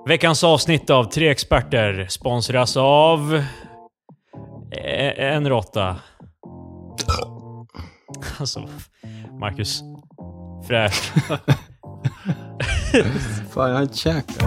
Veckans avsnitt av Tre Experter sponsras av en råtta. Alltså, Marcus. Fräsch. Fan, jag har inte käkat.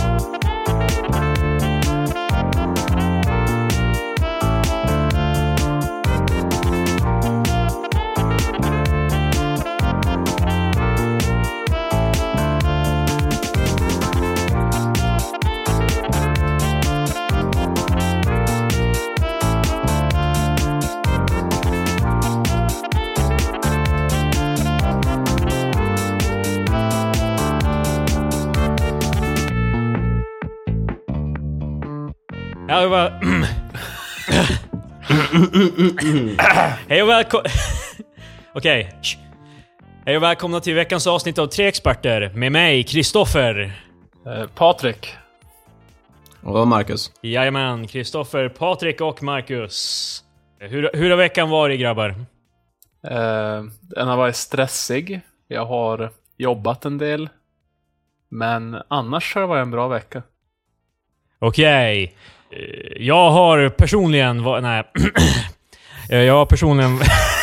Hej och välkomna. Okej. Hej och välkomna till veckans avsnitt av Tre Experter med mig, Kristoffer. Patrik. Och Marcus. Jajamän, Kristoffer, Patrik och Marcus. Hur har veckan varit, grabbar? Den har varit stressig. Jag har jobbat en del. Men annars har det varit en bra vecka. Okej. Jag har personligen... Jag har personligen...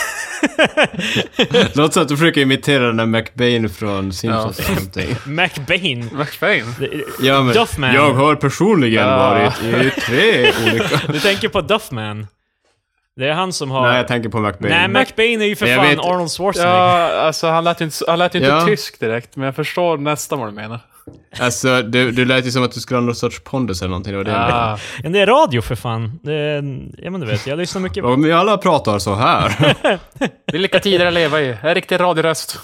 Låt så att du försöker imitera den där McBain från Simpsons eller någonting. McBain? Ja, men Duffman. jag har personligen varit i 3 olika... Du tänker på Duffman? Det är han som har... Nej, jag tänker på McBain. Nej, McBain är ju för fan Arnold Schwarzenegger. Ja, alltså han lät inte tysk direkt. Men jag förstår nästan vad du menar. Alltså, du lät ju som att du skulle ha någon sorts pondus eller någonting. Det var det. Men det är radio för fan. Ja, men du vet, jag lyssnar mycket på... Om vi alla pratar så här. Vilka tider att leva i. En riktig radioröst.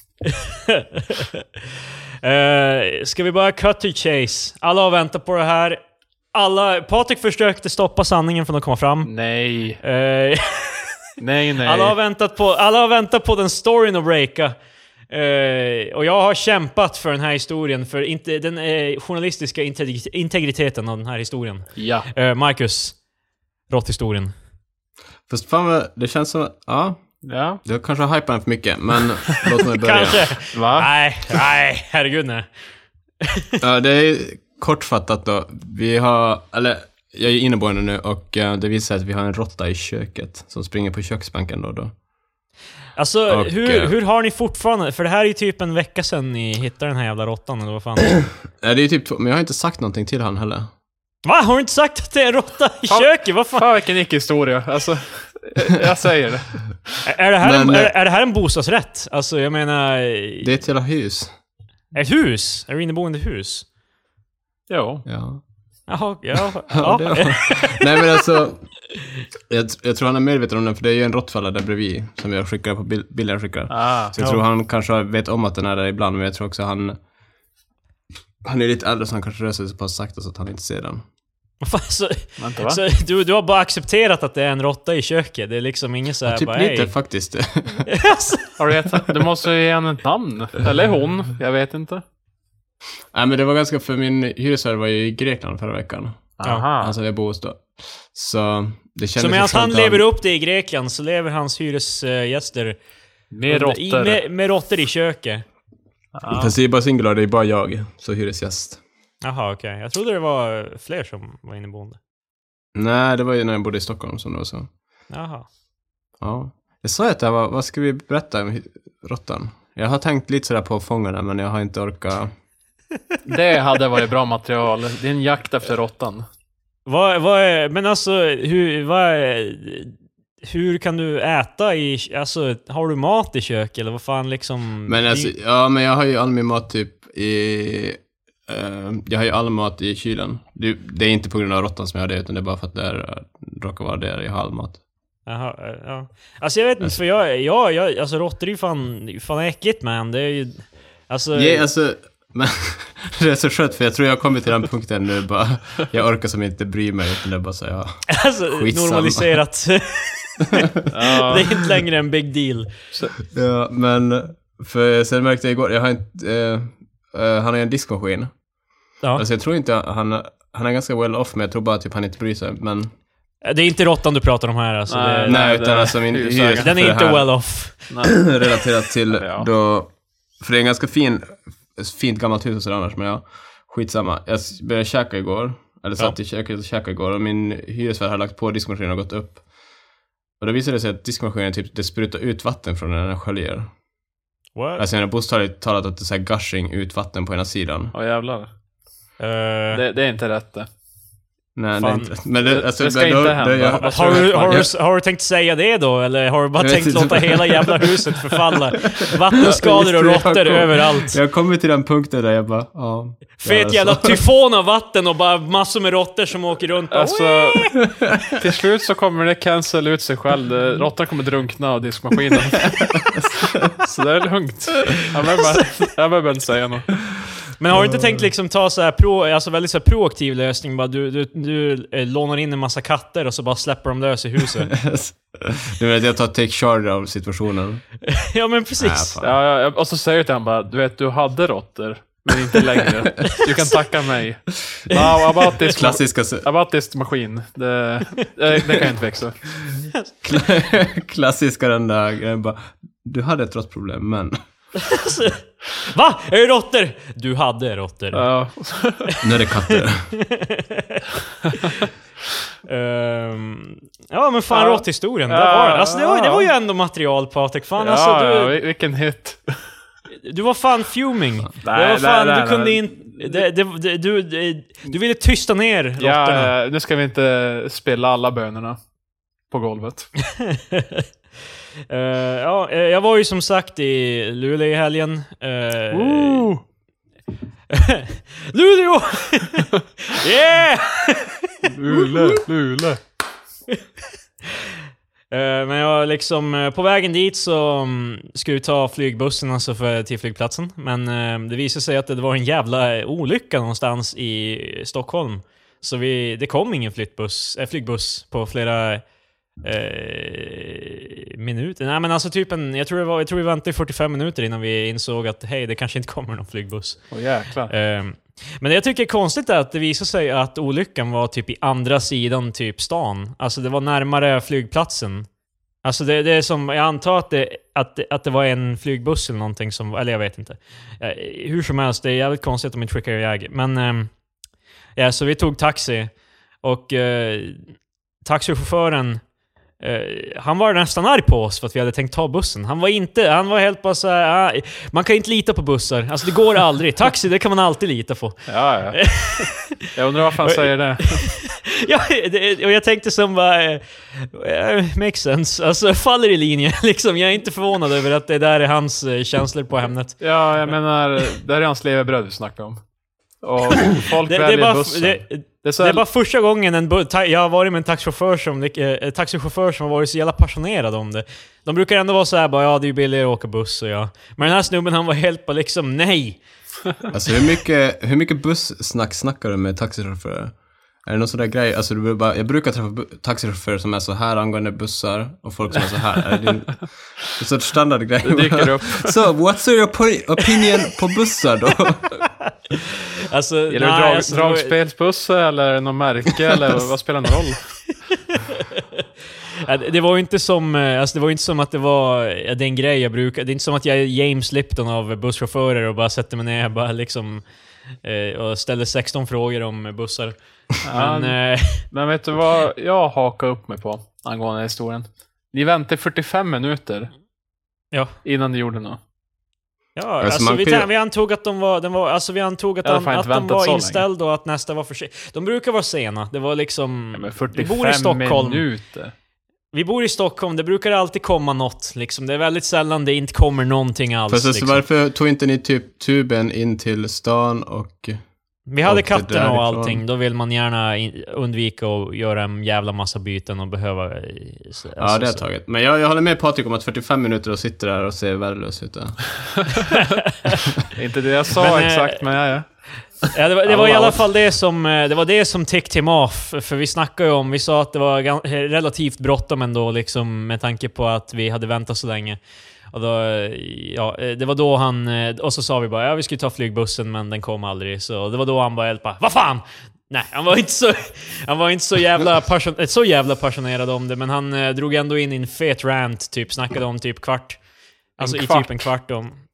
Ska vi bara cut to chase? Alla har väntat på det här. Patrik försökte stoppa sanningen från att komma fram. Nej. Nej. Alla har väntat på den storyn att breaka. Och jag har kämpat för den här historien, för den journalistiska integriteten av den här historien. Ja. Marcus, råtthistorien. Fast fan, det känns som... Ja. Du kanske har hypat den för mycket, men låt mig börja. Kanske. Va? Nej, herregud nej. Ja, det är kortfattat då. Vi har... Eller, jag är inneboende nu och det visar att vi har en råtta i köket som springer på köksbänken då. Alltså, och, hur har ni fortfarande... För det här är ju typ en vecka sedan ni hittade den här jävla råttan, eller vad fan? Ja, det är typ... Men jag har inte sagt någonting till han heller. Va? Har du inte sagt att det är en råtta i köket? Vad fan? Fan, vilken icke-historia. Alltså, jag säger det. Är det här en bostadsrätt? Alltså, jag menar... Det är ett jävla hus. Ett hus? Är du inneboende hus? Jo. Ja. Jaha, Nej, men alltså... Jag tror han är medveten om den, för det är ju en råttfälla där bredvid som jag skickar på bilder jag skickar. Så jag tror han kanske vet om att den är där ibland, men jag tror också han är lite äldre så han kanske rör sig så pass sakta så att han inte ser den. Så du har bara accepterat att det är en råtta i köket? Det är liksom ingen så här typ bara, lite faktiskt. Har du vet, du måste ge henne ett namn. Eller hon, jag vet inte. Nej, men det var ganska, för min hyresvärd var ju i Grekland förra veckan. Aha. Alltså jag bor då. Så det kändes... Så medan han lever upp det i Grekland så lever hans hyresgäster med råttor i köket. Fast det är bara singular, det är bara jag, så hyresgäst. Jaha, okej. Jag trodde det var fler som var inneboende. Nej, det var ju när jag bodde i Stockholm som det var så. Jaha. Ja. Jag sa att det var, vad ska vi berätta om råttan? Jag har tänkt lite sådär på att fånga den, men jag har inte orkat. Det hade varit bra material. Det är en jakt efter råttan. Men alltså, hur kan du äta i... Alltså, har du mat i kök eller vad fan liksom... Men alltså, ja, men jag har ju all min mat typ i... jag har ju all mat i kylen. Det är inte på grund av råttan som jag har det, utan det är bara för att det råkar vara där jag har all mat. Jaha, ja. Alltså jag vet inte, för jag alltså råttor är ju fan äckligt, man. Det är ju... Alltså... Ja, alltså... Men det är så skönt, för jag tror jag har kommit till den punkten nu bara... Jag orkar som inte bry mig, utan det är bara så, ja... Alltså, normaliserat. Det är inte längre en big deal. Ja, men... För sen märkte jag igår, jag har inte... han har en diskmaskin. Ja. Alltså jag tror inte han är ganska well off, men jag tror bara typ han inte bryr sig, men... Det är inte råttan du pratar om här alltså. Nej, utan alltså min hyres... Den är inte well off. Relaterat till då... För det är en ganska fint gammalt hus och sådär annars, men ja. skitsamma. Jag började käka igår. Eller satt i köket och käkade igår. Och min hyresvärd har lagt på diskmaskinen och gått upp. Och då visade det sig att diskmaskinen typ, det sprutar ut vatten från den sköljer. What? Alltså jag har bostadligt talat att det är så här gushing ut vatten på ena sidan. Ja, jävlar. Det är inte rätt det. Nej, det är inte rätt. Men det ska inte hända. Har du tänkt säga det då? Eller har du bara tänkt låta hela jävla huset förfalla? Vattenskador och råttor överallt. Jag kommer till den punkten där jag bara, ja. Fet jävla tyfon av vatten och bara massor med råttor som åker runt. Alltså, till slut så kommer det cancel ut sig själv. Råttor kommer drunkna av diskmaskinen. Så det är lugnt. Jag behöver inte säga något. Men har du inte tänkt liksom ta så här väldigt så här proaktiv lösning? Bara du lånar in en massa katter och så bara släpper de lös i huset. Du vet, jag tar take charge av situationen. Ja, men precis. Och så säger jag till han bara, du vet, du hade råttor, men inte längre. Du kan tacka mig. About this maskin. Det kan inte växa. Klassiska den där grejen bara, du hade ett råttproblem, men... Va? Är det råttor? Du hade råttor. Ja. Nu är det katter. Ja, men fan, råtthistorien. Alltså, det var ju ändå material, Patrik. Fan, alltså, vilken hit. Du var fan fuming. Du kunde inte... Du ville tysta ner råttorna. Nu ska vi inte spilla alla bönorna på golvet. Jag var ju som sagt i Luleå i helgen. Luleå! Yeah! Luleå. Men jag liksom på vägen dit så skulle vi ta flygbussen alltså till flygplatsen. Men det visade sig att det var en jävla olycka någonstans i Stockholm. Så det kom ingen flygbuss på flera minuter. Nej, men alltså typ jag tror vi väntade i 45 minuter innan vi insåg att hej, det kanske inte kommer någon flygbuss. Jäklar. Men det jag tycker är konstigt är att det visar sig att olyckan var typ i andra sidan typ stan. Alltså det var närmare flygplatsen. Alltså det är som, jag antar att det var en flygbuss eller någonting som, eller jag vet inte. Hur som helst, det är jävligt konstigt att de inte skickar iväg. Men så vi tog taxi och taxichauffören han var nästan arg på oss för att vi hade tänkt ta bussen. Han var helt bara så här, man kan inte lita på bussar. Alltså det går aldrig. Taxi, det kan man alltid lita på. Ja. Jag undrar varför han säger det. Ja, och jag tänkte som bara makes sense. Alltså faller i linje liksom. Jag är inte förvånad över att det där är hans känslor på ämnet. Ja, jag menar, det är hans levebröd vi snackar om. Och folk väljer bussen. Det är bara första gången jag har varit med en taxichaufför som har varit så jävla passionerad om det. De brukar ändå vara så här bara, det är ju billigare att åka buss och Men den här snubben, han var helt bara liksom, nej. Alltså hur mycket bussnack snackar du med taxichaufförer? Är det någon sån där grej? Alltså jag brukar träffa taxichaufförer som är så här angående bussar och folk som är så här. Är det en sorts standardgrej? Det dyker upp. So, what's your opinion på bussar då? Alltså, är det dragspelsbussar eller någon märke eller vad spelar någon roll? Det var ju inte som att det var den grej jag brukar. Det är inte som att jag är James Lipton av busschaufförer och bara sätter mig ner bara liksom och ställer 16 frågor om bussar. Men vet du vad jag hakar upp mig på angående historien? Ni väntade 45 minuter innan ni gjorde något. Ja, alltså vi antog att de var inställda och att nästa var för sent. De brukar vara sena. Det var liksom... men 45 minuter. Vi bor i Stockholm, det brukar alltid komma något liksom. Det är väldigt sällan det inte kommer någonting alls. Fast liksom. Varför tog inte ni typ tuben in till stan och... Vi hade katterna och allting. Då vill man gärna undvika att göra en jävla massa byten och behöva... det är taget. Men jag håller med Patrik om att 45 minuter och sitter där och ser värdelös ut. Inte det jag sa exakt, men ja. Ja, det var i alla fall det som ticked him off. För vi snackade ju vi sa att det var relativt bråttom ändå liksom, med tanke på att vi hade väntat så länge. Och då, det var då han... Och så sa vi bara, vi skulle ta flygbussen, men den kom aldrig. Så det var då han bara hjälpa. Vad fan? Nej, han var inte så jävla passionerad om det. Men han drog ändå in i en fet rant, typ. Snackade om typ kvart. Alltså i typ en kvart om...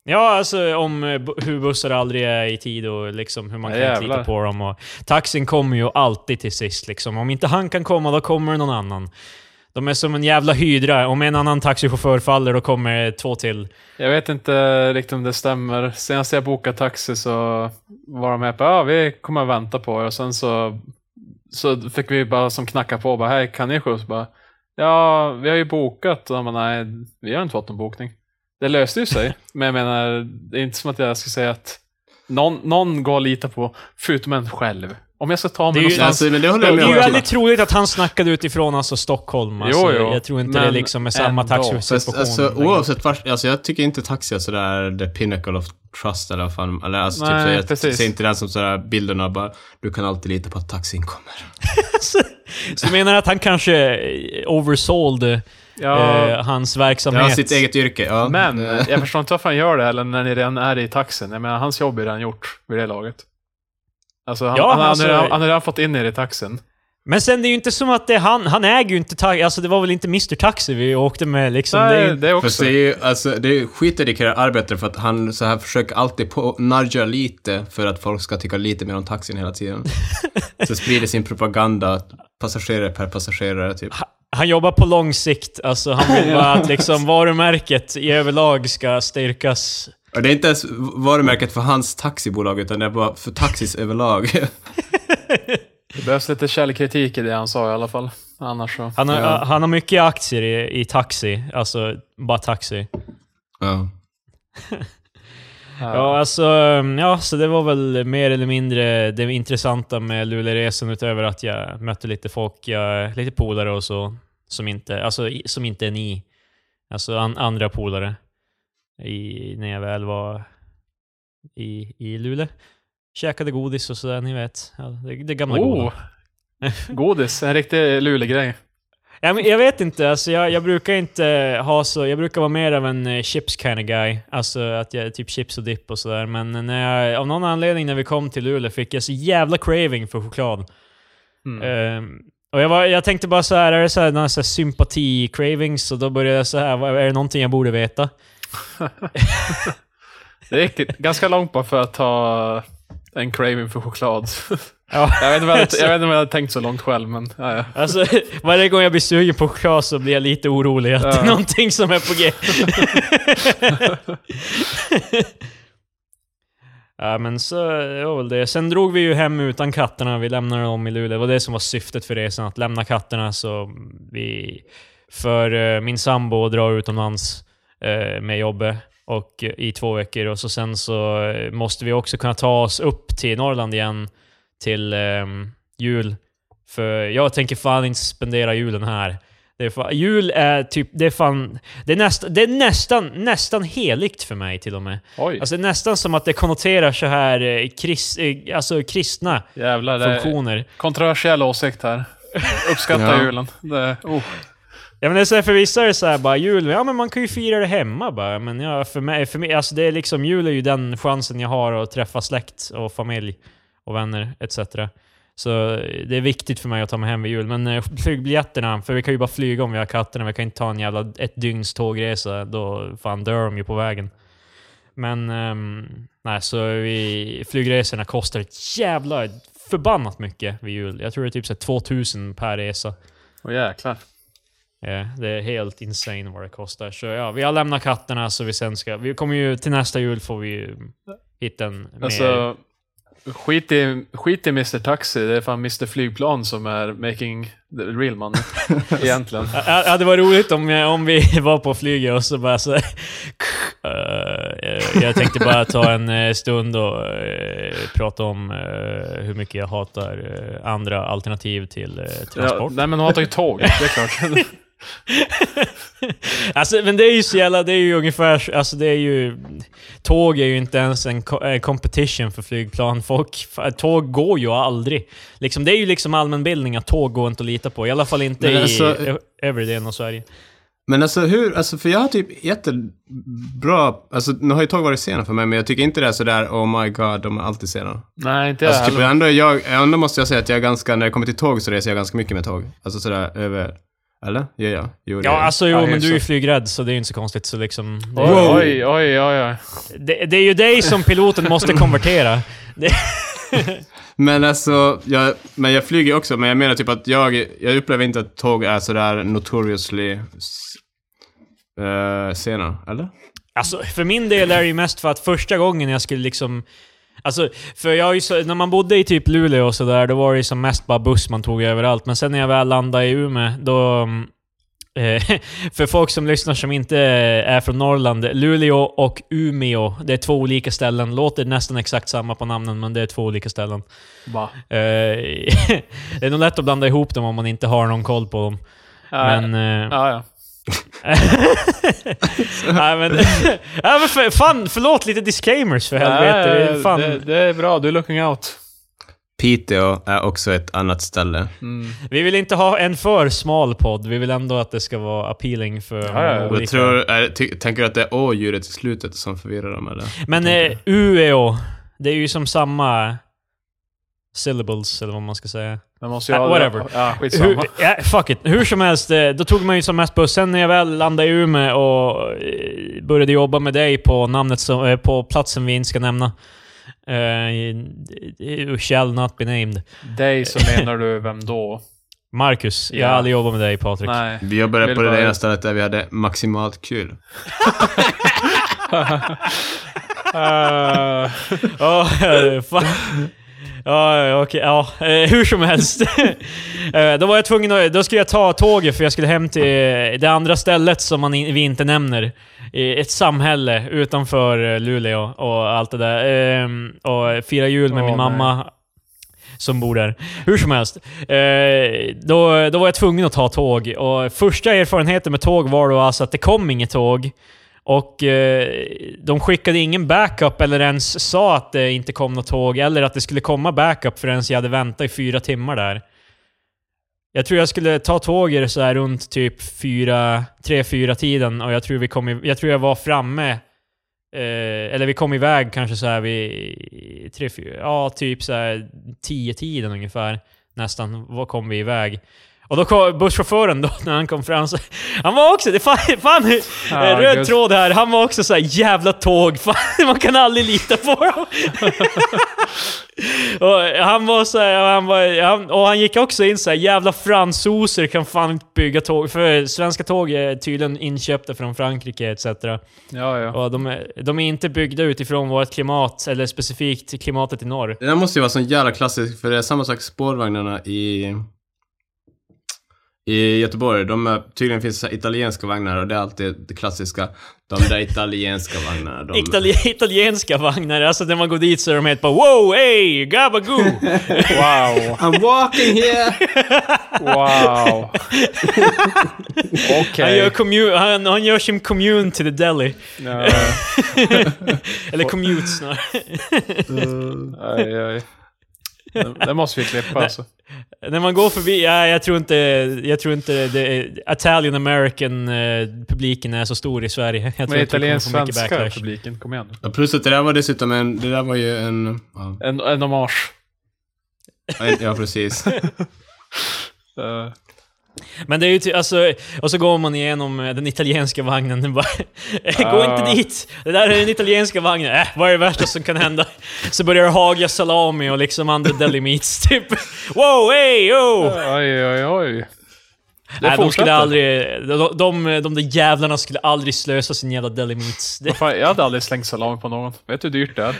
Ja, alltså om hur bussar aldrig är i tid och liksom hur man kan inte lita på dem. Och taxin kommer ju alltid till sist liksom. Om inte han kan komma, då kommer någon annan. De är som en jävla hydra. Om en annan taxichaufför faller, då kommer 2 till. Jag vet inte riktigt om det stämmer. Senast jag bokade taxi så var de med på vi kommer att vänta på er. Och sen så fick vi bara som knacka på. Bara, hej, kan ni skjuts? Bara, ja, vi har ju bokat. Och de bara, nej, vi har inte fått någon bokning. Det löste ju sig. Men jag menar, det är inte som att jag ska säga att någon går att lita på, förutom en själv. Om jag ska ta mig någonstans... Alltså, det är ju väldigt troligt att han snackade utifrån alltså Stockholm. Alltså, jo. Jag tror inte det liksom är samma taxisituation. Alltså, oavsett vart... Alltså, jag tycker inte taxi är sådär the pinnacle of trust eller vad fan. Eller alltså, nej, typ, så jag ser inte den som sådär bilderna bara, du kan alltid lita på att taxin kommer. Så menar att han kanske oversold hans verksamhet. Ja, sitt eget yrke. Ja. Men jag förstår inte varför han gör det eller när ni redan är i taxin. Jag menar, hans jobb är redan gjort vid det laget. Alltså, han har redan fått in er i taxin. Men sen det är ju inte som att det han äger ju inte taxi. Alltså det var väl inte Mr. Taxi vi åkte med liksom. Nej, det är också. För det är ju, alltså, det är skitdedikerade arbetare för att han så här försöker alltid nudga lite för att folk ska tycka lite mer om taxin hela tiden. Så sprider sin propaganda passagerare per passagerare typ. Han jobbar på lång sikt. Alltså han vill bara att liksom varumärket i överlag ska styrkas. Och det är inte ens varumärket för hans taxibolag utan det är bara för taxis överlag. Det behövs lite källkritik i det han sa i alla fall. Annars så... Han har mycket aktier i taxi. Alltså bara taxi. Ja. Ja, alltså, ja, så det var väl mer eller mindre det intressanta med Luleåresan utöver att jag mötte lite folk, lite polare och så som inte är ni. Alltså andra polare när jag väl var i Luleå. Käkade godis och sådär, ni vet. Ja, det gamla goda. Godis, en riktig Luleå-grej. Jag vet inte, alltså jag brukar inte ha så... Jag brukar vara mer av en chips kind of guy. Alltså att jag typ chips och dipp och sådär. Men av någon anledning när vi kom till Luleå fick jag så jävla craving för choklad. Och jag tänkte bara så här, är det så här sympati-cravings? Och då började jag så här, är det någonting jag borde veta? Det är ganska långt bara för att ta en craving för choklad. Ja. Jag vet inte om jag hade tänkt så långt själv, men ja. Alltså, varje gång jag blir sugen på choklad så blir jag lite orolig att det är någonting som är på G. Ja, men så var väl det. Sen drog vi ju hem utan katterna. Vi lämnade dem i Luleå. Det var det som var syftet för resan, att lämna katterna. Så för min sambo drar utomlands med jobbet och i 2 veckor. Och så sen så måste vi också kunna ta oss upp till Norrland igen till jul. För jag tänker fan inte spendera julen här. Jul är typ, det är nästan heligt för mig till och med. Oj. Alltså nästan som att det konnoterar så här kristna funktioner. Kontroversiell åsikt här. Uppskattar julen. Ja, men det är så här, för vissa är det så här bara jul, ja men man kan ju fira det hemma bara, men ja, för mig alltså det är liksom, jul är ju den chansen jag har att träffa släkt och familj och vänner etc. Så det är viktigt för mig att ta mig hem vid jul. Men flygbiljetterna, för vi kan ju bara flyga om vi har katterna, vi kan inte ta ett dygns tågresa, då fan dör de ju på vägen. Men nej, så flygresorna kostar ett jävla förbannat mycket vid jul. Jag tror det är typ så 2000 per resa. Åh jäklar. Ja, det är helt insane vad det kostar. Så ja, vi har lämnat katterna så vi kommer ju till nästa jul får vi hitta en alltså, skit i Mr. Taxi, det är fan Mr. Flygplan som är making the real money egentligen. Ja, det var roligt om vi var på flyget och så bara så jag tänkte bara ta en stund och prata om hur mycket jag hatar andra alternativ till transport. Nej, men hatar ju tåg, det är klart. Alltså, men det är ju så jävla, det är ju ungefär, alltså det är ju, tåg är ju inte ens en competition för flygplan. Tåg går ju aldrig. Liksom, det är ju liksom allmänbildning att tåg går inte att lita på. I alla fall inte i övre delen av Sverige. Men alltså för jag har typ jättebra, alltså nu har ju tåg varit sena för mig, men jag tycker inte det är sådär, oh my god, de är alltid sena. Nej, inte alltså, typ, ändå måste jag säga att jag är ganska, när jag kommer till tåg så reser jag ganska mycket med tåg. Alltså sådär över, Eller? Ja. Jo, Ja, alltså jo, Ja, men du är ju så. flygrädd så det är inte så konstigt. Så liksom, Oj. det är ju dig som piloten måste konvertera. Men alltså, jag flyger också, men jag menar typ att jag upplever inte att tåg är sådär notoriously sena, eller? Alltså, för min del är det ju mest för att första gången jag skulle liksom... Alltså, för jag är ju så, när man bodde i typ Luleå och sådär, då var det ju som mest bara buss man tog överallt. Men sen när jag väl landade i Umeå, då... för folk som lyssnar som inte är från Norrland, Luleå och Umeå, det är 2 olika ställen. Låter nästan exakt samma på namnen, men det är 2 olika ställen. Va? Det är nog lätt att blanda ihop dem om man inte har någon koll på dem. Men... Ja. Nej, men förlåt, lite disclaimers för helvete. Fan. Det är bra, du är looking out. Piteå är också ett annat ställe. Vi vill inte ha en för smal podd. Vi vill ändå att det ska vara appealing för olika. Tänker du att det är å-ljudet i slutet som förvirrar dem, eller? Men Umeå, det är ju som samma syllables, eller vad man ska säga. Man måste ju whatever. Ja, skitsamma. Fuck it. Hur som helst, då tog man ju som mest buss. Sen när jag väl landade i Umeå och började jobba med dig på namnet på platsen vi inte ska nämna. Shall not be named. Dig så menar du vem då? Marcus. Jag har aldrig jobbat med dig, Patrik. Nej. Vi jobbade på det ena stället där vi hade maximalt kul. Hur som helst. Då var jag tvungen att... Då skulle jag ta tåget för jag skulle hem till det andra stället som vi inte nämner. Ett samhälle utanför Luleå och allt det där. Och fira jul med min mamma som bor där. Hur som helst. Då var jag tvungen att ta tåg. Och första erfarenheten med tåg var då alltså att det kom inget tåg. Och de skickade ingen backup eller ens sa att det inte kom något tåg eller att det skulle komma backup förrän jag hade väntat i 4 timmar där. Jag tror jag skulle ta tåget så här runt typ 3-4 tiden och jag tror jag var framme eller vi kom iväg kanske så här vid 3-4, typ så här 10-tiden ungefär nästan. Vad kom vi iväg? Och då kom busschauffören då, när han kom fram så, han var också, det fan röd tråd här, han var också så här jävla tåg, fan, man kan aldrig lita på dem. Och han var så här, och han gick också in så här, jävla fransoser kan fan inte bygga tåg, för svenska tåg är tydligen inköpta från Frankrike etc. Ja. Och de är inte byggda utifrån vårt klimat, eller specifikt klimatet i norr. Det där måste ju vara sån jävla klassisk, för det är samma sak spårvagnarna i Göteborg, tydligen finns det italienska vagnar och det är alltid det klassiska. De där italienska vagnarna. Italienska vagnar, alltså när man går dit så är de helt bara wow, hey, gabagoo. Wow. I'm walking here. Wow. Okej. Han gör sin commune till the deli. Eller commute snarare. Aj. Det måste vi klippa alltså. När man går förbi, jag tror inte Italian American publiken är så stor i Sverige. Jag tror men italiensk-svenska publiken, kom igen. Ja, plus att det där var dessutom det där var ju en hommage. Ja, precis. Men det är ju alltså, och så går man igenom den italienska vagnen och bara, gå inte dit, det där är den italienska vagnen, vad är det värsta som kan hända? Så börjar det hagla salami och liksom andra deli meats typ. Wow, hey, oh! Oj. Nej, de skulle aldrig, de där jävlarna skulle aldrig slösa sin jävla deli meats. Jag hade aldrig slängt salami på någon. Vet du hur dyrt det är?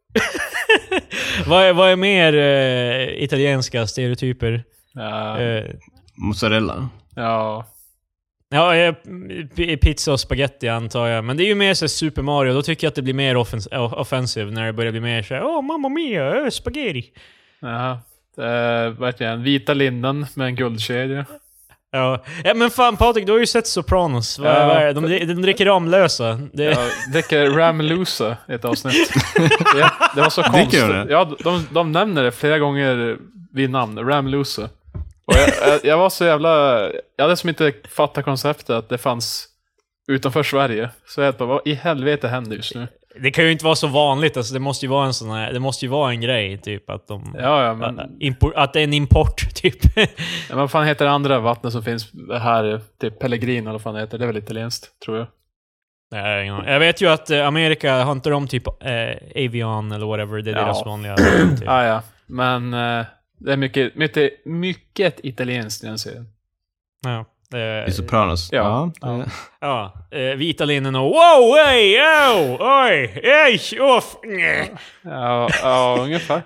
Vad är mer italienska stereotyper? Mozzarella. Ja, pizza och spaghetti antar jag. Men det är ju mer så Super Mario. Då tycker jag att det blir mer offensive när det börjar bli mer så mamma mia, spaghetti. Ja, verkligen. Vita linnen med en guldkedja. Ja, men fan Patrik, du har ju sett Sopranos. De dricker Ramlösa. Dricker Ramlösa i ett avsnitt. Det var så konstigt. Ja, de nämner det flera gånger vid namn. Ramlösa. Och jag var så jävla... Jag hade som inte fattat konceptet att det fanns utanför Sverige. Så jag bara, vad i helvete händer just nu? Det kan ju inte vara så vanligt, alltså det måste ju vara en sån här, det måste ju vara en grej typ att de men... att det är en import typ. Ja, vad fan heter andra vattnet som finns här, typ Pellegrino eller vad fan heter, det är väl italienskt, tror jag. Nej, jag vet ju att Amerika har inte de typ Avion eller whatever, det är deras vanliga typ. Ja, men det är mycket italienskt i den serien. Ja. I Sopranos. Ja. Vita linnen och wow, hey, oh, oj, ej, off. Ja, ungefär.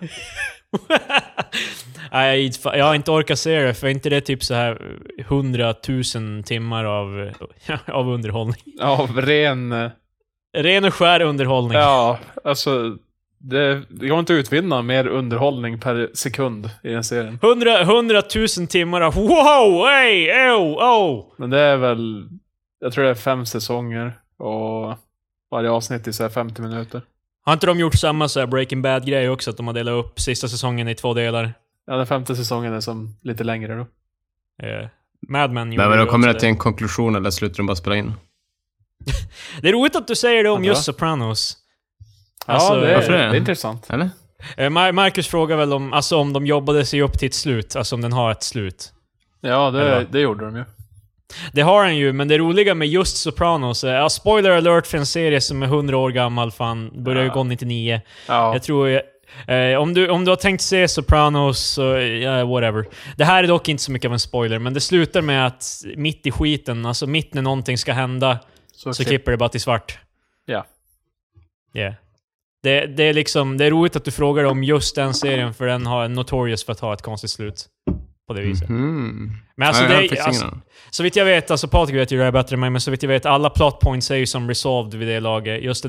Nej, jag har inte orkat se det, för inte det är typ så här 100 000 timmar av underhållning. Av ren och skär underhållning. Ja, alltså det går inte att utvinna mer underhållning per sekund i den serien. 100 000 timmar av wow, hey, oh. Men det är väl, jag tror det är 5 säsonger och varje avsnitt är så här 50 minuter. Har inte de gjort samma så här Breaking Bad-grej också, att de har delat upp sista säsongen i 2 delar? Ja, den 5:e säsongen är som lite längre då. Mad Men gjorde men då kommer det det till en konklusion eller slutar de bara spela in? Det är roligt att du säger det om just Sopranos. Alltså, det är intressant. Eller? Marcus frågar väl om de jobbade sig upp till ett slut, alltså om den har ett slut. Ja, det gjorde de ju. Det har den ju, men det roliga med just Sopranos spoiler alert för en serie som är 100 år gammal, fan, börjar ju gå 99. Ja. Jag tror om du har tänkt se Sopranos så whatever. Det här är dock inte så mycket av en spoiler, men det slutar med att mitt i skiten, alltså mitt när någonting ska hända, så klipper det bara till svart. Ja. Yeah. Det är liksom, det är roligt att du frågar om just den serien, för den har notorious för att ha ett konstigt slut på det viset. Mm-hmm. Men alltså, så vitt jag vet, alltså Patrik vet ju det här bättre än mig, men så vitt jag vet, alla plot points är ju som resolved vid det laget. Just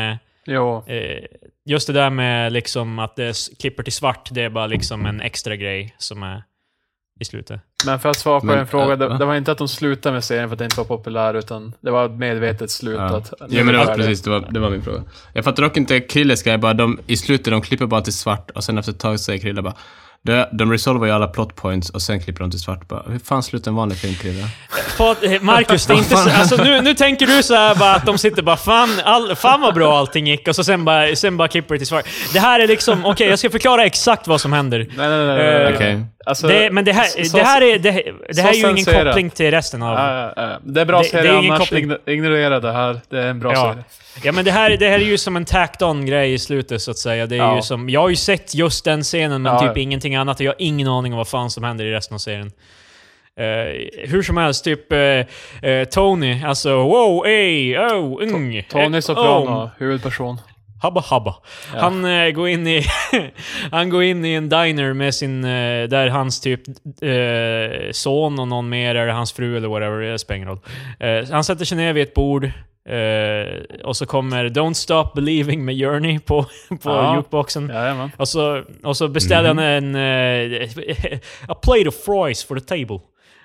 det där med liksom att det klipper till svart, det är bara liksom en extra grej som är i slutet. Men för att svara på en fråga, det var inte att de slutade med serien för att det inte var populär, utan det var ett medvetet slut. Ja, men det var precis, det var min fråga. Jag fattar dock inte Krilles grej, bara i slutet de klipper bara till svart, och sen efter ett tag säger Krille bara de resolvar ju alla plot points och sen klipper de till svart. Bara, hur fan slutar en vanlig film, Krille? Marcus, det är inte så, alltså nu tänker du så här bara att de sitter bara fan vad bra allting gick, och så sen bara klipper det till svart. Det här är liksom, okej, jag ska förklara exakt vad som händer. Nej. Okay. Alltså, men det här är ju ingen koppling till resten av... Det är bra serie, annars ignorera det här. Det är en bra serie. Ja, men det här är ju som en tacked-on grej i slutet, så att säga. Det är ju som, jag har ju sett just den scenen, men typ ingenting annat, och jag har ingen aning om vad fan som händer i resten av serien. Hur som helst, typ Tony, alltså wow, ey, Tony Soprano, huvudperson. Habba. Ja. Han går in i en diner med sin där hans typ son och någon mer, eller hans fru eller whatever, det spelar ingen roll. Han sätter sig ner vid ett bord, och så kommer Don't Stop Believing med Journey på jukeboxen. Och så beställer han en a plate of fries for the table.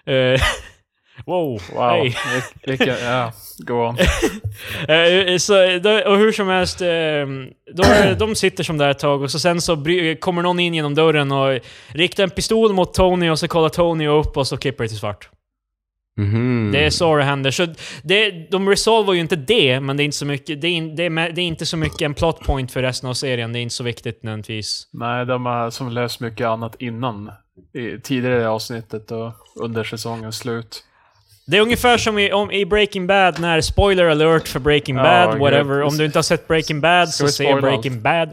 Wow. Hey. Go on. Och hur som helst, de sitter som där ett tag, och så sen så kommer någon in genom dörren och riktar en pistol mot Tony, och så kollar Tony upp, och så klipper det till svart. Mm-hmm. Det är så det händer. Så de resolvar ju inte det, men det är inte så mycket, det är inte så mycket en plot point för resten av serien. Det är inte så viktigt nödvändigtvis. Nej, de har som löst mycket annat innan, tidigare i avsnittet och under säsongens slut. Det är ungefär som i Breaking Bad, när spoiler alert för Breaking Bad, whatever. Om du inte har sett Breaking Bad, så se Breaking Bad.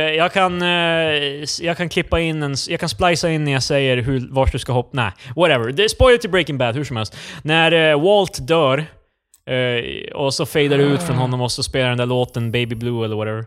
Jag kan klippa in jag kan splicea in när jag säger vart du ska hoppa. Nej, whatever. Det är spoiler till Breaking Bad, hur som helst. När Walt dör, och så fadar det ut från honom, och så spelar den där låten Baby Blue eller whatever.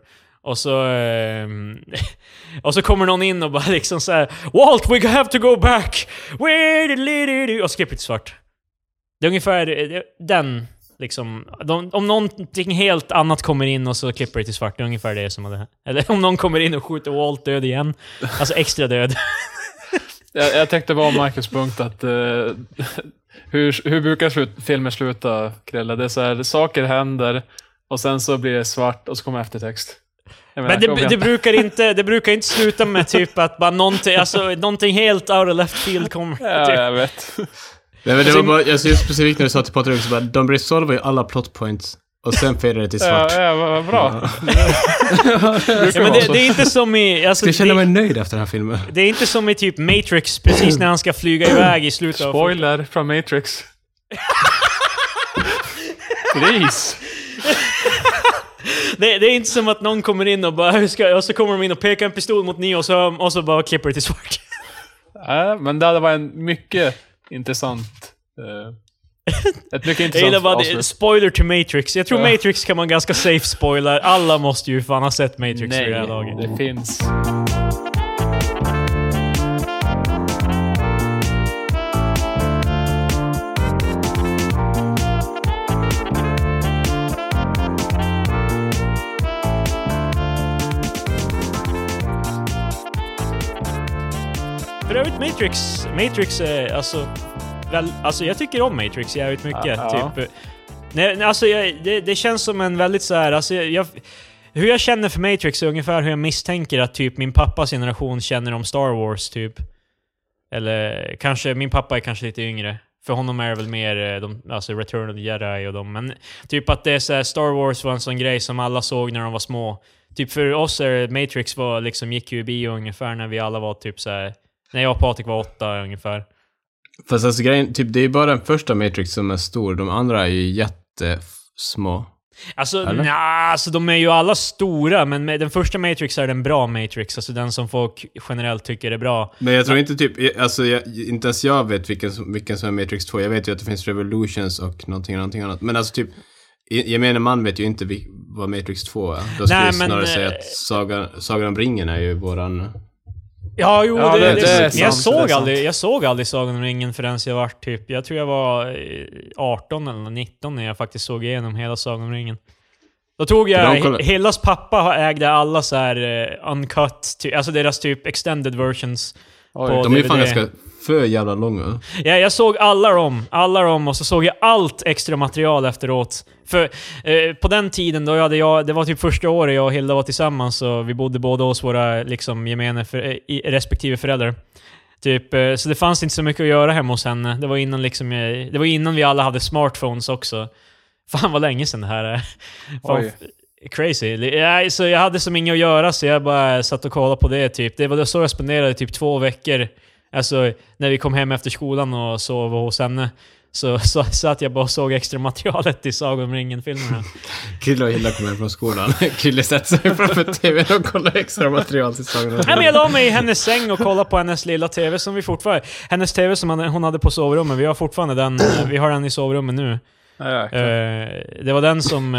Och så kommer någon in och bara liksom så här: Walt, we have to go back. Och så klipper det svart. Det är ungefär den liksom, om någonting helt annat kommer in och så klipper det till svart, det är ungefär det som är det. Eller om någon kommer in och skjuter Walt död igen, alltså extra död. Jag tänkte bara om Marcus punkt att hur brukar filmer sluta, Krille? Det är så här, saker händer och sen så blir det svart och så kommer eftertext. Men det brukar inte sluta med typ att bara någonting helt out of left field kommer. Ja, typ. Jag vet. Nej, men det var bara, jag ser specifikt när du sa till Patrik också, bara, de resolvar ju alla plot points Och sen fadar det till svart. Ja, vad bra. Men det är inte som i... Alltså, jag känner mig nöjd efter den här filmen. Det är inte som i typ Matrix, precis när han ska flyga iväg i slutet av... Spoiler från Matrix. Please. Det är inte som att någon kommer in och bara... Och så kommer de in och pekar en pistol mot Neo och så bara klipper det till svart. Men det var en mycket intressant... Ett mycket intressant avsnitt. Spoiler till Matrix. Jag tror Matrix kan man ganska safe spoiler. Alla måste ju fan ha sett Matrix vid det här laget. Det finns. För övrigt Matrix är alltså jag tycker om Matrix jävligt mycket. Typ. Nej, alltså det känns som en väldigt så här, alltså hur jag känner för Matrix är ungefär hur jag misstänker att typ min pappas generation känner om Star Wars typ. Eller kanske, min pappa är kanske lite yngre. För honom är det väl mer alltså Return of the Jedi och dem. Men typ att det är så här, Star Wars var en sån grej som alla såg när de var små. Typ för oss är Matrix var liksom, gick ju i bio ungefär när vi alla var typ så här, när jag och Patrik var 8 ungefär. Fast alltså grejen, typ det är bara den första Matrix som är stor. De andra är ju jättesmå. Alltså de är ju alla stora, men den första Matrix är den bra Matrix, alltså den som folk generellt tycker är bra. Men jag tror inte typ, alltså inte ens jag vet vilken som är Matrix 2. Jag vet ju att det finns Revolutions och någonting annat. Men alltså typ, jag menar man vet ju inte vad Matrix 2 är. Då skulle jag snarare säga att Sagan om ringen är ju våran... Ja, jo, det är sant. Jag såg aldrig Sagan om ringen förrän jag var typ... Jag tror jag var 18 eller 19 när jag faktiskt såg igenom hela Sagan om ringen. Då tog jag... Hellas pappa ägde alla så här uncut... Alltså deras typ extended versions. Oj, på de är ju fan ganska för jävla långa. Ja, jag såg alla dem och så såg jag allt extra material efteråt. För på den tiden då det var typ första året jag och Hilda var tillsammans och vi bodde båda hos våra liksom respektive föräldrar. Typ, så det fanns inte så mycket att göra hemma hos henne. Det var innan vi alla hade smartphones också. Fan vad länge sedan det här är. Crazy. Så jag hade som inget att göra så jag bara satt och kollade på det typ. Det var så jag spenderade typ 2 veckor. Alltså när vi kom hem efter skolan och sov hos henne. Så att jag bara såg extra materialet i Sagan om ringen-filmerna. Krille och Hilda kom hem från skolan. Krille sätter sig framför tvn och kollar extra material till Sagan om ringen. Nej, men jag la mig i hennes säng och kollade på hennes lilla tv som vi fortfarande... Hennes tv som hon hade på sovrummet. Vi har fortfarande den. Vi har den i sovrummet nu. Det var den som...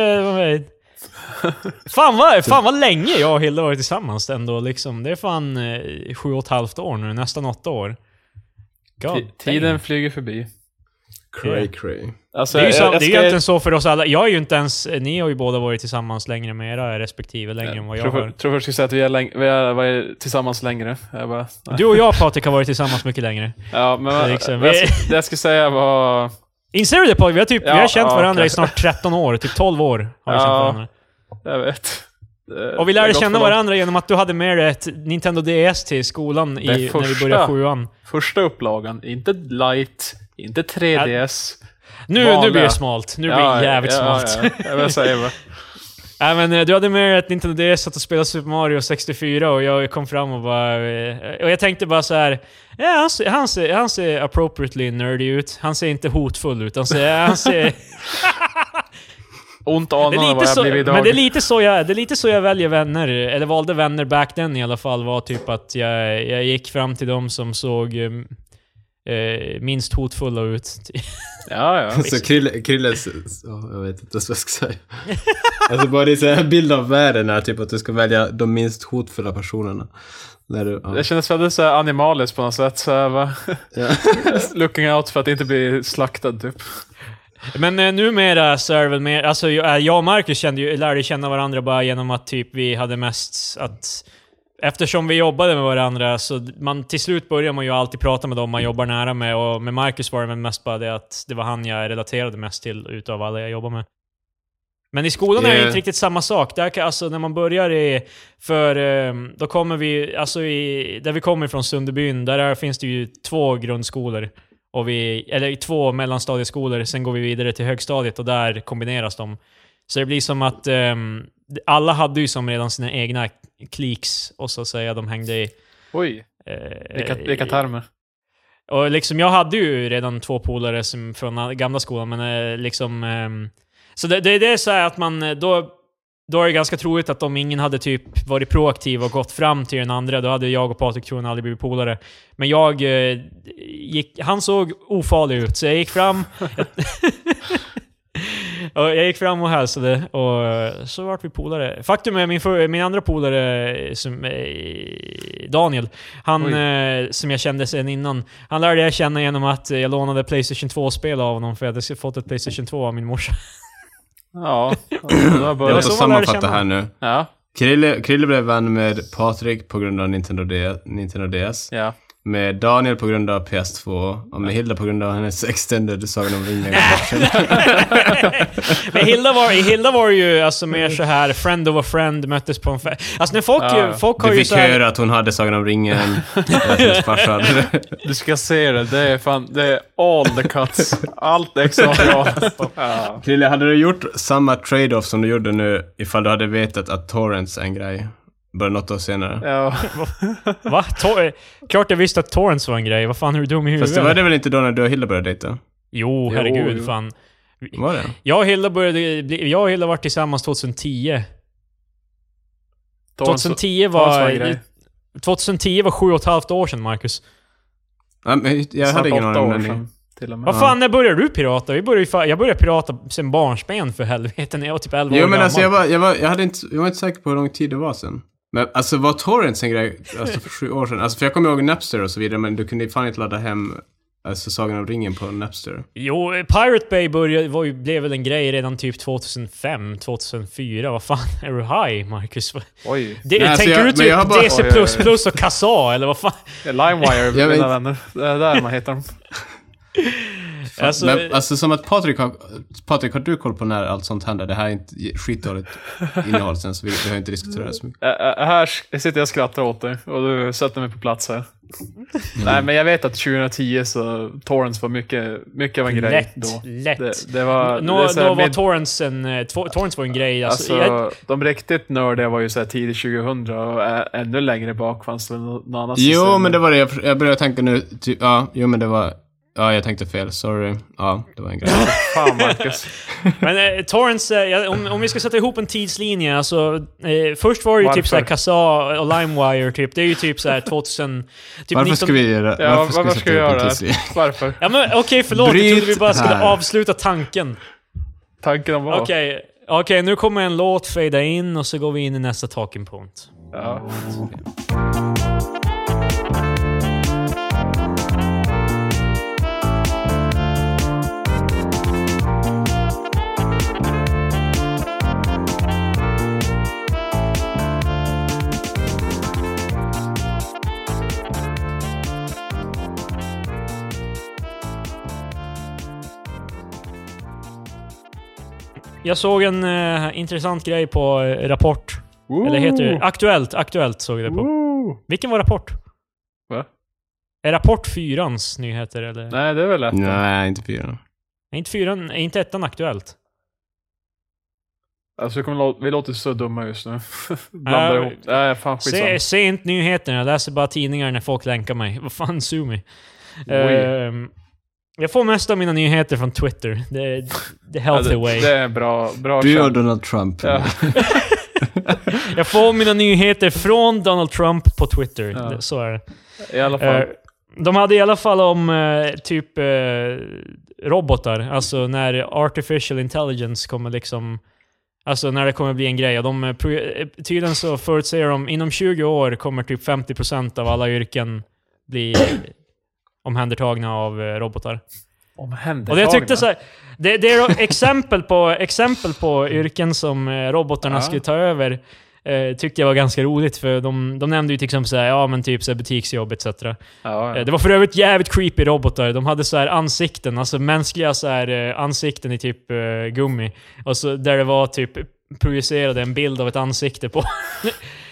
Fan vad länge jag och Hilda varit tillsammans ändå liksom. Det är fan 7,5 år nu, nästan 8 år. Tiden flyger förbi. Cray. Alltså, det är ju egentligen så för oss alla. Jag är ju inte ens... Ni har ju båda varit tillsammans längre med era respektive längre än vad jag har. Tror först att vi har varit tillsammans längre. Du och jag, Patrik, har varit tillsammans mycket längre. Ja, men det jag ska säga var... Inser du det, Patrik? Vi har känt varandra i snart 13 år. Typ 12 år har vi känt varandra. Jag vet. Och vi lärde känna varandra genom att du hade med dig ett Nintendo DS till skolan när vi började 7:an. Första upplagan. Inte light, inte 3DS. Nu blir det smalt. Nu blir det jävligt smalt. Jag vill säga det. Nej, men du hade med ett Nintendo DS att spela Super Mario 64 och jag kom fram och bara... Och jag tänkte bara så här... Ja, han ser appropriately nerdy ut. Han ser inte hotfull ut. Han ser... Ont anande vad jag blivit idag. Men det är lite så jag väljer vänner. Eller valde vänner back then i alla fall. Var typ att jag gick fram till dem som såg... minst hotfulla ut. Ja. Så Krilles... jag vet inte vad jag ska säga. Alltså bara det är en bild av världen är typ att du ska välja de minst hotfulla personerna. Det känns väldigt så animaliskt på något sätt. Så looking out för att inte bli slaktad typ. Men numera så är det väl mer... Alltså jag och Marcus lärde känna varandra bara genom att typ vi hade mest att... Eftersom vi jobbade med varandra så till slut börjar man ju alltid prata med dem man jobbar nära med. Och med Marcus var det mest bara det att det var han jag relaterade mest till utav alla jag jobbar med. Men i skolan är det inte riktigt samma sak. Alltså när man börjar då kommer vi... Alltså där vi kommer från Sunderbyn, där finns det ju 2 grundskolor. och eller 2 mellanstadieskolor, sen går vi vidare till högstadiet och där kombineras de. Så det blir som att alla hade ju som redan sina egna kliks och så att säga, de hängde i... Oj, vilka termer. Och liksom, jag hade ju redan 2 polare från gamla skolan, men liksom... så det är så här att man... Då är det ganska troligt att om ingen hade typ varit proaktiv och gått fram till den andra, då hade jag och Patrik troligen aldrig blivit polare. Men han såg ofarlig ut, så jag gick fram... och jag gick fram och hälsade, och så vart vi polare. Faktum är min andra polare, Daniel, han som jag kände sen innan, han lärde jag känna genom att jag lånade PlayStation 2-spel av honom, för jag hade fått ett PlayStation 2 av min morsa. Ja, det var så sammanfatta här nu. Ja. Krille blev vän med Patrik på grund av Nintendo DS. Ja. Med Daniel på grund av PS2 och med Hilda på grund av hennes extended Sagan om ringen. Men Hilda var ju alltså mer så här friend of a friend, möttes på en alltså när folk har ju så här... höra att hon hade Sagan om ringen. Du ska se det är all the cuts. Allt är exakt bra. Krille, hade du gjort samma trade-off som du gjorde nu ifall du hade vetat att torrents är en grej? Bara något år senare. Ja. Va? Klart jag visste att torrents var en grej. Vad fan, är du dum i huvudet? Fast det var det väl inte då när du och Hilda började dejta? Jo, herregud, fan. Var det? Jag och Hilda var tillsammans 2010. 2010 var 7,5 år sedan, Marcus. Ja, men jag hade ingen aning om den. Vad fan, när började du pirata? Jag började pirata sen barnsben, för helvete, när jag var typ 11 år gammal. Men alltså jag var inte säker på hur lång tid det var sen. Men alltså var torrents en grej alltså för 7 år sedan? Alltså för jag kommer ihåg Napster och så vidare, men du kunde fan inte ladda hem alltså Sagan om ringen på Napster. Jo, Pirate Bay blev väl en grej redan typ 2005, 2004. Vad fan, är du high, Marcus? Oj. Tänker du typ DC++ och Kazaa, eller vad fan? LimeWire, mina vänner. Det är där man heter dem. Alltså som att Patrik, har du koll på när allt sånt händer? Det här är inte skitdåligt innehåll sen, så vi har inte diskuterat det så mycket. Här sitter jag och skrattar åt dig och du sätter mig på plats här. Nej, men jag vet att 2010 så torrents var mycket av en grej då. Lätt. Det var torrents var en grej. Alltså, de riktigt nördiga var ju så här tidigt 2000 och ännu längre bak fanns det något annat system. Jo, men det var det jag började tänka nu typ, men det var... Ja, jag tänkte fel. Sorry. Ja, det var en grej. Fan, Marcus. Men torrents, om vi ska sätta ihop en tidslinje, alltså först var det ju typ såhär Kazaa och LimeWire typ. Det är ju typ såhär 2000 typ. Varför ska vi göra? Varför ska vi göra det? Varför? Ja, men okej, förlåt. Jag trodde vi bara skulle avsluta tanken. Tanken om vad? Okej, nu kommer en låt fada in och så går vi in i nästa talking point. Ja. Jag såg en intressant grej på Rapport. Eller heter det? Aktuellt såg jag det på. Vilken var Rapport? Va? Är Rapport 4ans nyheter eller? Nej, det är väl 1. Nej, inte 4. Inte 4, inte 1 Aktuellt. Alltså vi låter så dumma just nu. Blandar ihop. Nej, fan skitsamma. Se inte nyheterna, jag läser bara tidningar när folk länkar mig. Vad fan, sue mig. Jag får mest av mina nyheter från Twitter. Det healthy way. Det är bra. Du och Donald Trump. Ja. Jag får mina nyheter från Donald Trump på Twitter. Ja. Så är det. I alla fall. De hade i alla fall om typ robotar. Alltså när artificial intelligence kommer liksom... Alltså när det kommer bli en grej. Och tydligen så förutsäger de inom 20 år kommer typ 50% av alla yrken bli omhändertagna av robotar. Omhändertagna? Och det jag tyckte så här, det är exempel på yrken som robotarna skulle ta över. Tyckte jag var ganska roligt, för de nämnde ju till exempel så här, men typ så här butiksjobb etc. Ja. Det var för övrigt jävligt creepy robotar. De hade så här ansikten, alltså mänskliga så här ansikten i typ gummi, och så där det var typ projicerade en bild av ett ansikte på.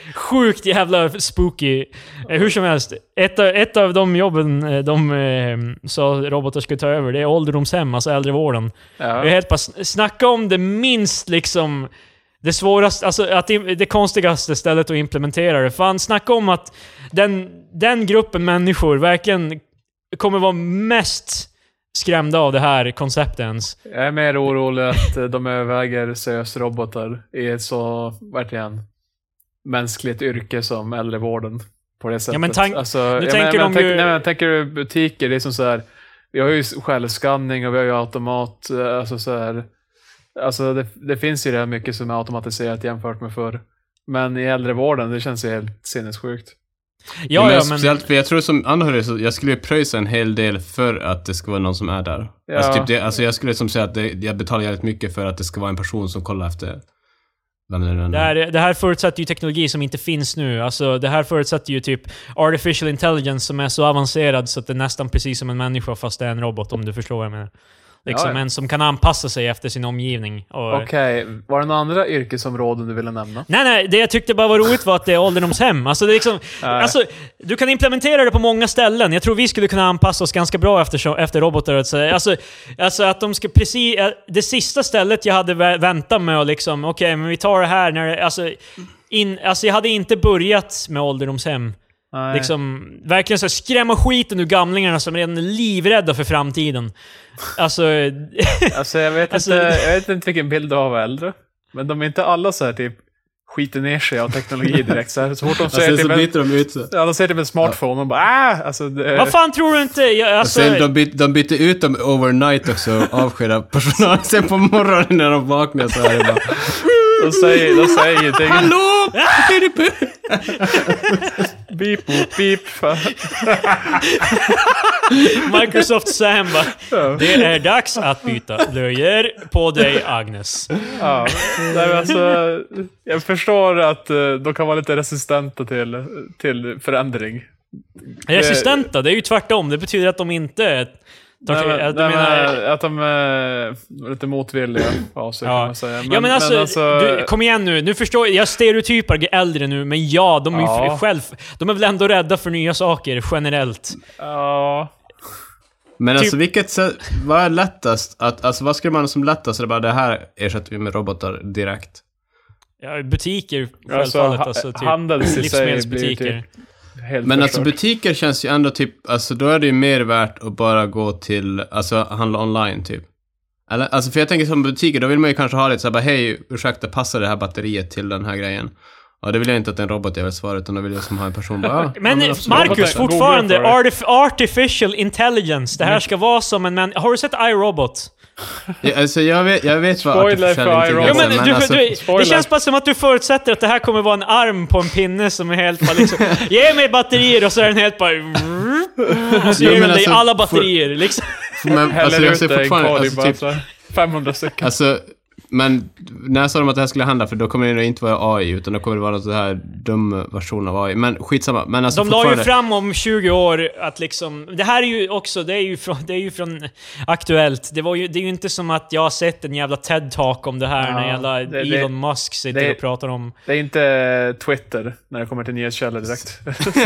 sjukt jävla spooky. Hur som helst, ett av de jobben sa robotar skulle ta över, det är ålderdomshem, alltså äldrevården. Ja. Jag är helt bara snacka om det minst liksom det svåraste, alltså att det konstigaste stället att implementera det. Fan, snacka om att den gruppen människor verkligen kommer vara mest skrämda av det här konceptet ens. Jag är mer orolig att de överväger seriös robotar i ett så verkligen mänskligt yrke som äldrevården på det sättet. Ja, men jag tänker butiker, det är som så här, vi har ju självskanning och vi har ju automat, alltså så här, alltså det finns ju redan mycket som är automatiserat jämfört med förr. Men i äldrevården, det känns ju helt sinnessjukt. Men speciellt för jag tror som anhörig så jag skulle pröjsa en hel del för att det ska vara någon som är där. Ja. Alltså jag skulle som säga att jag betalar jävligt mycket för att det ska vara en person som kollar efter. Det här förutsätter ju teknologi som inte finns nu. Alltså det här förutsätter ju typ artificial intelligence som är så avancerad så att det är nästan precis som en människa fast det är en robot, om du förstår vad jag menar. Liksom en som kan anpassa sig efter sin omgivning. Okej, var det några andra yrkesområden du ville nämna? Nej, det jag tyckte bara var roligt var att det är ålderdomshem. Alltså, det är liksom, alltså, du kan implementera det på många ställen. Jag tror vi skulle kunna anpassa oss ganska bra efter robotar. Alltså att de ska precis... Det sista stället jag hade väntat med och liksom, okej, men vi tar det här när det, alltså jag hade inte börjat med ålderdomshem. Nej. Liksom, verkligen så skrämma skiten ur gamlingarna som redan är livrädda för framtiden. Alltså jag vet inte vilken bild du har av äldre. Men de är inte alla så här typ skiter ner sig av teknologi direkt. Så fort de säger så byter de ut sig. Ja, de säger typ en smartphone och bara Vad fan tror du inte? De byter ut dem overnight också och avskedar personalen sen på morgonen när de vaknar så här bara. De säger ingenting. Hallå! Beep, boop, beep. Microsoft Sam bara, det är dags att byta blöjor på dig, Agnes. Ja, alltså, jag förstår att de kan vara lite resistenta till förändring. Resistenta? Det är ju tvärtom. Det betyder att de inte... att de är lite motvilliga av sig, kan man säga. Kom igen nu förstår jag stereotypar äldre nu, men de är de är väl ändå rädda för nya saker generellt. Ja. Men alltså vad är lättast vad skulle man som lättast, eller bara det här ersätter vi med robotar direkt? Ja, butiker självfallet, handels livsmedelsbutiker. Men alltså butiker känns ju ändå typ, alltså då är det ju mer värt att bara gå till, alltså handla online typ. Eller, alltså för jag tänker som butiker, då vill man ju kanske ha lite såhär bara, hej, ursäkta, passar det här batteriet till den här grejen? Ja, det vill jag inte att en robot jag vill svara, utan då vill jag som ha en person bara, men Marcus, fortfarande artificial intelligence. Det här ska vara som en har du sett iRobot? Ja, alltså jag vet vad spoiler för iRobot. Det känns bara som att du förutsätter att det här kommer vara en arm på en pinne som är helt bara liksom, ge mig batterier, och så är den helt bara och så ger den dig alla batterier liksom. Men alltså jag ser fortfarande typ 500 stycken. Alltså, men när sa de att det här skulle hända, för då kommer det inte vara AI, utan då kommer det vara något så här dum version av AI. Men skitsamma. Men alltså de la ju fram om 20 år att liksom, det här är ju också, det är ju från Aktuellt. Det är ju inte som att jag har sett en jävla TED-talk om det här när jävla Elon Musk sitter och pratar om. Det är inte Twitter när det kommer till nyhetskällor direkt.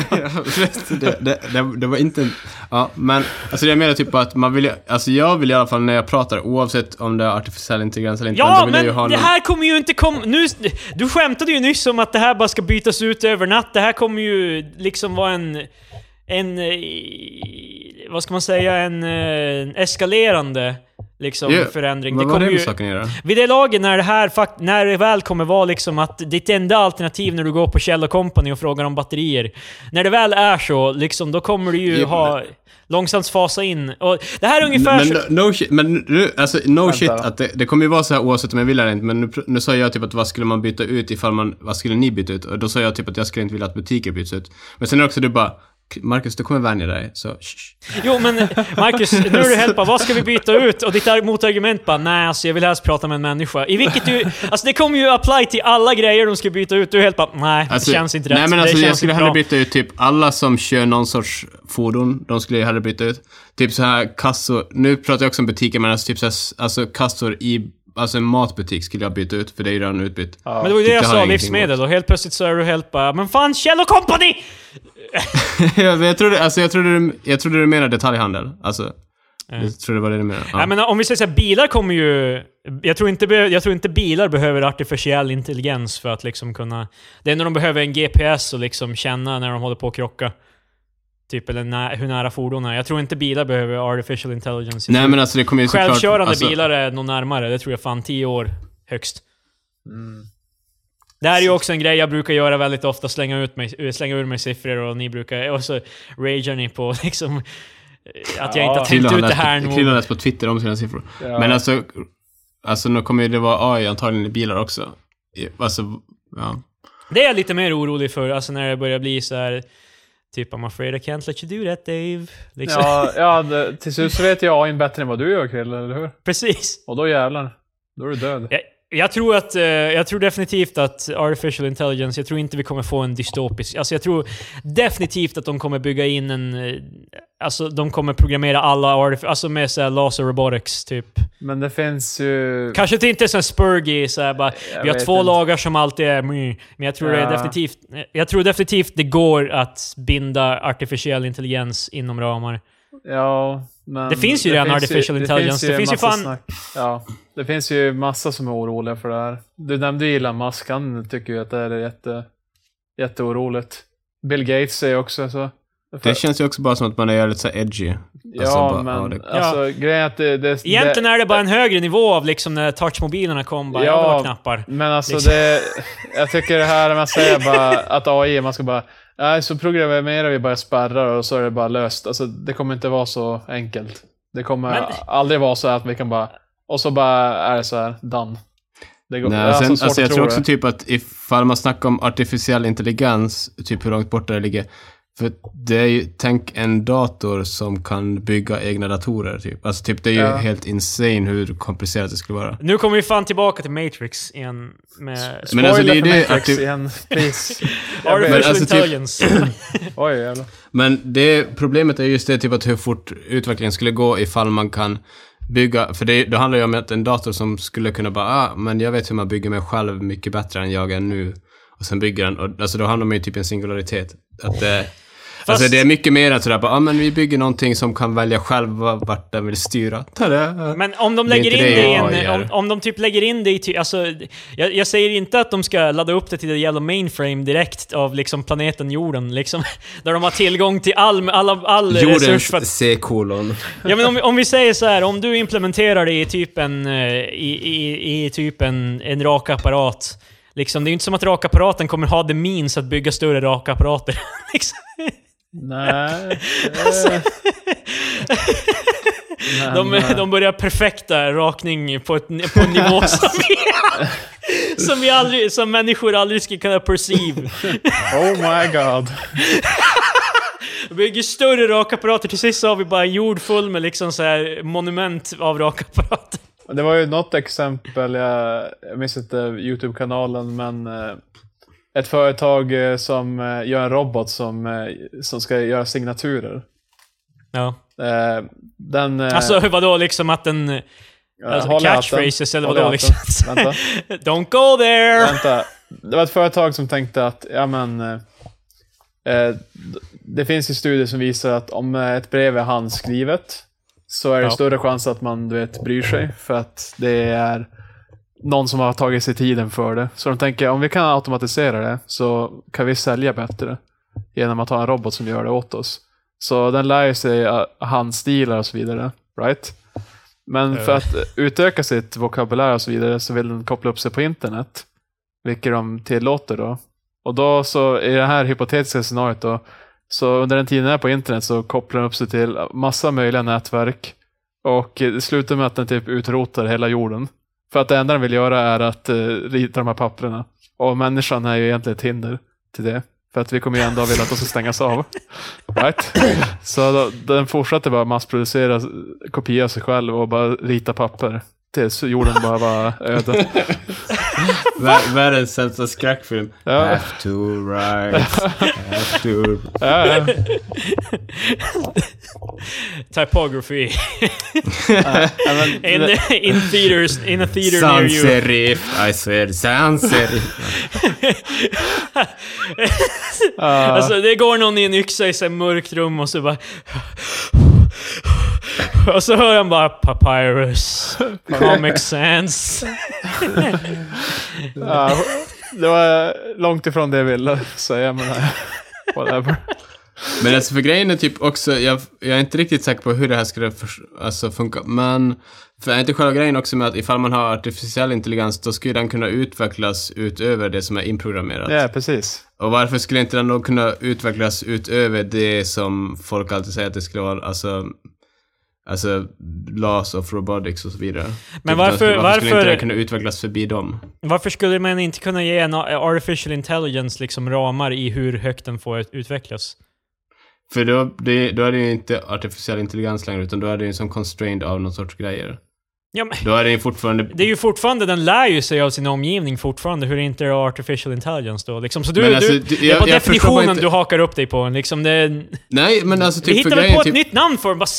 det var inte men alltså jag menar typ att man vill, alltså jag vill i alla fall när jag pratar, oavsett om det är artificiell intelligens eller inte. Ja, men det här kommer ju inte nu, du skämtade ju nyss om att det här bara ska bytas ut över natt. Det här kommer ju liksom vara en vad ska man säga, en eskalerande liksom förändring. Det kommer ju saken göra. Vid det laget när det väl kommer vara liksom att ditt enda alternativ när du går på Kjell & Company och frågar om batterier, när det väl är så liksom, då kommer du ju långsamt fasa in. Och det här är ungefär no shit att det kommer ju vara så här oavsett om jag vill eller inte, men nu sa jag typ att vad skulle man byta ut vad skulle ni byta ut? Och då sa jag typ att jag skulle inte vilja att butiker byts ut. Men sen är det också du bara, Marcus, du kommer vänja dig, så Jo, men Marcus, nu är du helt bara, vad ska vi byta ut? Och ditt motargument bara, nej, alltså jag vill helst prata med en människa. I vilket alltså det kommer ju apply till alla grejer de ska byta ut. Du är helt bara, nej, alltså, det känns inte rätt. Nej, men alltså jag skulle hellre byta ut typ alla som kör någon sorts fordon, de skulle jag hellre byta ut. Typ så här kassor, nu pratar jag också om butiker, men alltså typ så här, alltså kassor alltså en matbutik skulle jag byta ut, för det är ju redan utbytt. Ja. Men det var ju det jag sa, livsmedel, och helt plötsligt så är du helt bara, men fan, Kjell & Company! Jag trodde du menar detaljhandel. Alltså, jag tror det var det du menar. Ja. Men om vi säger så här, bilar kommer ju... Jag tror inte bilar behöver artificiell intelligens för att liksom kunna... Det är när de behöver en GPS och liksom känna när de håller på att krocka. Typ, eller hur nära fordon är. Jag tror inte bilar behöver artificial intelligence. Nej, men alltså det kommer ju såklart... Självkörande bilar är nog närmare. Det tror jag fan 10 år högst. Det här är ju också en grej jag brukar göra väldigt ofta. Slänga ur mig siffror, och ni brukar... Och så ragear ni på liksom... Att jag inte har tänkt ut det här nog. Krilla läst på Twitter om sina siffror. Ja. Men alltså nu kommer det vara AI antagligen i bilar också. Alltså, ja. Det är jag lite mer orolig för, alltså när det börjar bli så här typ I'm afraid I can't let you do that, Dave. Liksom. Ja, till slut så vet jag AI bättre än vad du gör, Krille, eller hur? Precis. Och då jävlar, då är du död. Jag tror definitivt att artificial intelligence, jag tror inte vi kommer få en dystopisk, alltså jag tror definitivt att de kommer bygga in alltså de kommer programmera alla alltså med så här laser robotics typ. Men det finns ju... Kanske inte så Spurgy så här, bara, vi har 2 lagar som alltid är men jag tror jag tror definitivt det går att binda artificiell intelligens inom ramar. Ja, men det finns ju redan artificial intelligence. Det finns ju fan snack. Ja, det finns ju massa som är oroliga för det här. Du nämnde ju Elon Musk, han tycker ju att det är jätteoroligt. Bill Gates säger också så. Det känns ju också bara som att man är lite så edgy. Alltså, ja, men grejen att det egentligen är det bara en högre nivå av liksom när touchmobilerna kom, bara ja, knappar. Men alltså liksom. Jag tycker det här man säger bara att AI, man ska bara så programmerar vi bara spärrar och så är det bara löst. Alltså det kommer inte vara så enkelt. Det kommer aldrig vara så att vi kan bara och så bara är det så här done. Det går, nej, alltså jag tror också typ att ifall man snackar om artificiell intelligens, typ hur långt borta det ligger. För det är ju, tänk en dator som kan bygga egna datorer typ. Alltså typ det är ju helt insane hur komplicerat det skulle vara. Nu kommer vi fan tillbaka till Matrix igen med men alltså det är det Matrix igen, please. Artificial intelligence. Oj, jävlar. Men det problemet är just det typ att hur fort utvecklingen skulle gå ifall man kan bygga, för det handlar ju om att en dator som skulle kunna bara men jag vet hur man bygger mig själv mycket bättre än jag är nu, och sen bygger den, och alltså då handlar det ju typ en singularitet att alltså det är mycket mer än sådär bara, men vi bygger någonting som kan välja själva vart den vill styra. Men om de lägger in det om de typ lägger in det i alltså jag säger inte att de ska ladda upp det till det jävla mainframe direkt av liksom planeten jorden liksom, där de har tillgång till all resurs för att... C-kolon. Ja, men om vi säger så här, om du implementerar det i typ i typ en rakapparat. Liksom, det är ju inte som att rakapparaten kommer ha det means att bygga större rakapparater. Liksom. Nej. De börjar perfekta rakning på en nivå som människor aldrig ska kunna perceive. Oh my god. Vi bygger större rakapparater. Till sist så har vi bara en jord full med liksom så här monument av rakapparater. Det var ju något exempel, jag minns inte YouTube-kanalen, men ett företag som gör en robot som ska göra signaturer. Ja. Den... alltså vadå liksom att den... Alltså, catchphrases eller vadå liksom? Vänta. Don't go there! Vänta. Det var ett företag som tänkte att det finns ju studier som visar att om ett brev är handskrivet så är det större chans att man bryr sig, för att det är någon som har tagit sig tiden för det. Så de tänker, om vi kan automatisera det så kan vi sälja bättre genom att ha en robot som gör det åt oss. Så den lär sig handstilar och så vidare, right? Men för att utöka sitt vokabulär och så vidare så vill den koppla upp sig på internet, vilket de tillåter då. Och då så i det här hypotetiska scenariot då, så under den tiden är på internet så kopplar den upp sig till massa möjliga nätverk, och det slutar med att den typ utrotar hela jorden. För att det enda den vill göra är att rita de här papperna. Och människan är ju egentligen ett hinder till det. För att vi kommer ju ändå vilja att de ska stängas av. Right? Så då, den fortsätter bara massproducera kopior av sig själv och bara rita papper tills jorden bara var öde. Världens sämsta skräckfilm. Have to ride. Have to... Typography. In theaters, in a theater sans near you. serif, I swear, sans serif. Alltså det går någon i en yxa i ett mörkt rum och så bara... Och så hör han bara Papyrus, Comic Sans. Det var långt ifrån det jag ville säga, men whatever. Men alltså för grejen är typ också, jag är inte riktigt säker på hur det här skulle funka, men för är inte själva grejen också med att ifall man har artificiell intelligens, då skulle den kunna utvecklas utöver det som är inprogrammerat. Ja, precis. Och varför skulle inte den då kunna utvecklas utöver det som folk alltid säger att det skulle vara, alltså laws of robotics och så vidare. Men varför skulle inte det kunna utvecklas förbi dem? Varför skulle man inte kunna ge en artificial intelligence liksom ramar i hur högt den får utvecklas? För då är det ju inte artificiell intelligens längre, utan då är det ju som constrained av någon sorts grejer. Ja, men då är det ju fortfarande... Det är ju fortfarande, den lär ju sig av sin omgivning fortfarande, hur det inte är artificial intelligence då. Liksom. Så det är på definitionen inte... du hakar upp dig på. Liksom det... Nej, men alltså typ... Vi hittar väl på ett nytt namn för bara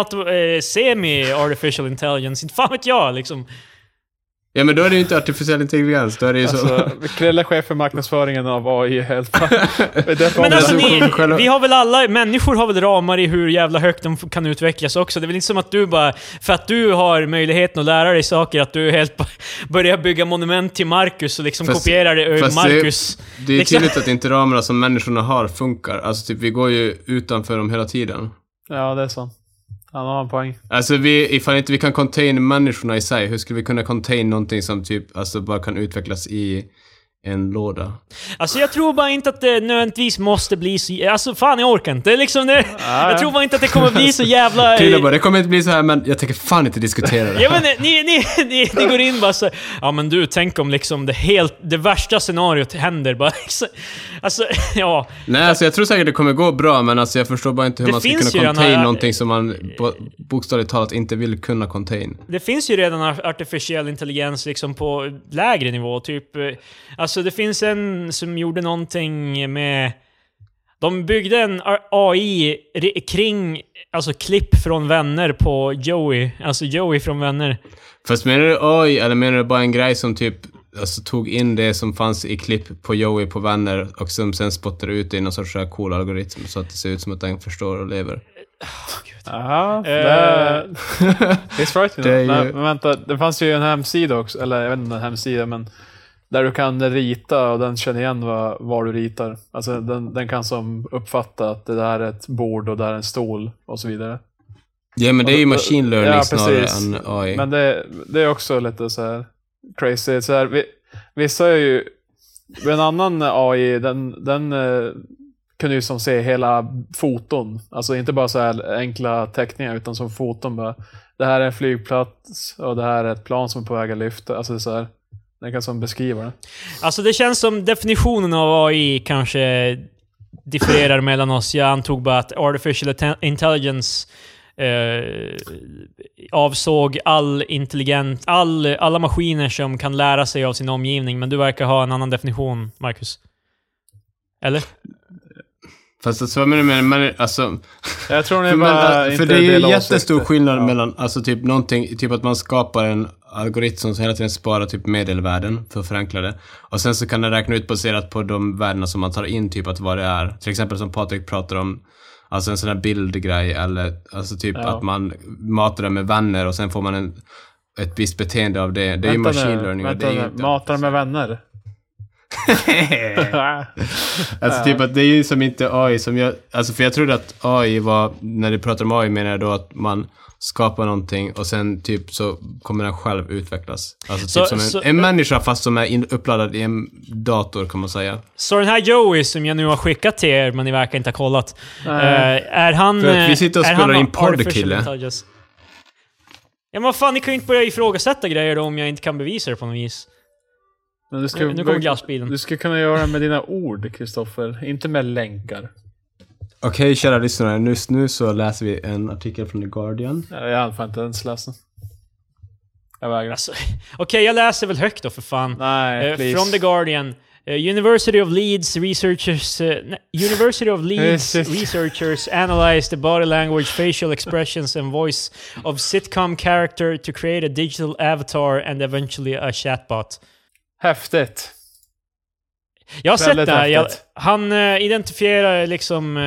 semi-artificial intelligence. Inte fan vet jag, liksom. Ja, men då är det ju inte artificiell intelligens. Då är det ju så... Krille chef för marknadsföringen av AI helt. Men alltså vi har väl alla, människor har väl ramar i hur jävla högt de kan utvecklas också. Det är väl inte som att du bara, för att du har möjligheten att lära dig saker, att du helt börjar bygga monument till Marcus och liksom kopierar det Marcus. Det är liksom tydligt att inte ramarna som människorna har funkar. Alltså typ, vi går ju utanför dem hela tiden. Ja, det är så. Han har en poäng. Alltså ifall inte vi kan contain människorna i sig, hur skulle vi kunna contain någonting som typ alltså bara kan utvecklas i en låda? Alltså jag tror bara inte att det nödvändigtvis måste bli så... Alltså fan, jag orkar inte. Liksom det, jag tror bara inte att det kommer bli så jävla... Det kommer inte bli så här, men jag tänker fan inte diskutera det. Ja, men ni går in bara så... Ja, men du, tänk om liksom det värsta scenariot händer bara. Alltså, ja. Nej, alltså jag tror säkert det kommer gå bra, men alltså jag förstår bara inte hur man ska kunna contain någonting som man bokstavligt talat inte vill kunna contain. Det finns ju redan artificiell intelligens liksom på lägre nivå, typ... Alltså det finns en som gjorde någonting med... De byggde en AI kring alltså klipp från Vänner på Joey. Alltså Joey från Vänner. Fast menar du AI eller menar du bara en grej som typ alltså, tog in det som fanns i klipp på Joey på Vänner och som sen spottade ut det i någon sorts cool algoritm så att det ser ut som att den förstår och lever? Jaha, det är frightening. Men vänta, det fanns ju en hemsida också, eller jag vet inte en hemsida, men där du kan rita och den känner igen vad du ritar. Alltså den kan som uppfatta att det där är ett bord och där är en stol och så vidare. Ja, men det är ju machine learning snarare än AI. Men det är också lite så här crazy. Så här, vissa är ju... En annan AI, den kunde ju som se hela foton. Alltså inte bara så här enkla teckningar utan som foton bara. Det här är en flygplats och det här är ett plan som är på väg att lyfta. Alltså så här... Den kan som beskriva det. Alltså det känns som definitionen av AI kanske differierar mellan oss. Jag antog bara att artificial intelligence avsåg alla maskiner som kan lära sig av sin omgivning. Men du verkar ha en annan definition, Marcus. Eller? Fast alltså, vad menar du? Alltså, jag tror det bara för det är ju jättestor skillnad mellan alltså typ någonting, typ att man skapar en algoritm som hela tiden sparar typ medelvärden för att förenkla det. Och sen så kan den räkna ut baserat på de värdena som man tar in, typ att vad det är. Till exempel som Patrik pratar om, alltså en sån här bildgrej eller alltså typ att man matar det med vänner och sen får man ett visst beteende av det. Det är ju machine learning. Matar med vänner. Alltså typ att det är ju som inte AI som jag... Alltså för jag trodde att AI var... När du pratar om AI menar jag då att man skapar någonting och sen typ så kommer den själv utvecklas. Alltså typ som en människa fast som är uppladdad i en dator kan man säga. Så den här Joey som jag nu har skickat till er men ni verkar inte ha kollat. Är han... För att vi sitter och spelar in podd-kille. Ja men vad fan, ni kan ju inte börja ifrågasätta grejer då om jag inte kan bevisa det på något vis. Men nu kommer glassbilen. Du ska kunna göra det med dina ord, Kristoffer. Inte med länkar. Okej, kära lyssnare. Nu så läser vi en artikel från The Guardian. Jag har inte ens läst den. Jag vägrar. Alltså, okej, jag läser väl högt då för fan. Nej, please. From The Guardian. University of Leeds researchers analyzed the body language, facial expressions and voice of sitcom character to create a digital avatar and eventually a chatbot. Häftigt. Jag har sett det här. häftigt. Han identifierar liksom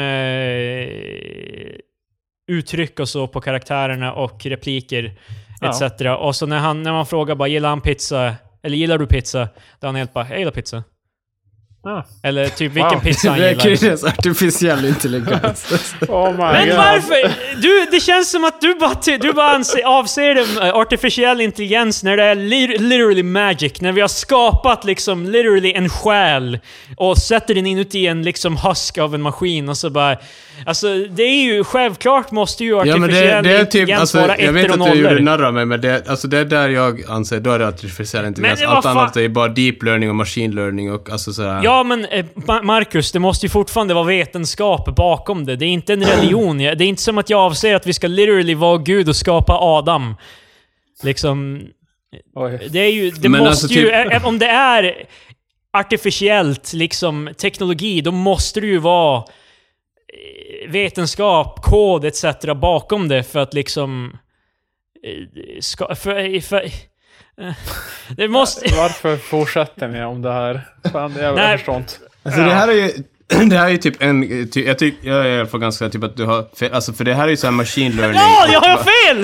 uttryck och så på karaktärerna och repliker etc. Och så när man frågar bara, gillar han pizza? Eller gillar du pizza? Då han helt bara, jag gillar pizza. Eller typ vilken pizza han Det gillar. är ju artificiell intelligens. Oh my Men God. varför? Det känns som att du bara avser det artificiell intelligens när det är literally magic. När vi har skapat liksom literally en själ och sätter den inuti en liksom husk av en maskin och så bara... Alltså det är ju självklart måste ju artificiell det är typ, intelligens alltså, vara jag vet ettor och att du gjorde nollor. narr av mig, men det är där jag anser, då är det artificiell intelligens. Men Allt vad annat är bara deep learning och machine learning och alltså sådär. Ja, men Marcus, det måste ju fortfarande vara vetenskap bakom det. Det är inte en religion. Det är inte som att jag avser att vi ska literally vara Gud och skapa Adam. Liksom... Oj. Det är ju... Det Men måste alltså, ju... typ- Om det är artificiellt, liksom, teknologi, då måste det ju vara vetenskap, kod etc. bakom det för att liksom... det måste... Varför fortsätter ni om det här? Fan, jag förstår inte. Alltså det här är ju... Det här är ju typ jag är i alla fall ganska typ att du har fel. Alltså för det här är ju så här machine learning. Ja, jag har fel!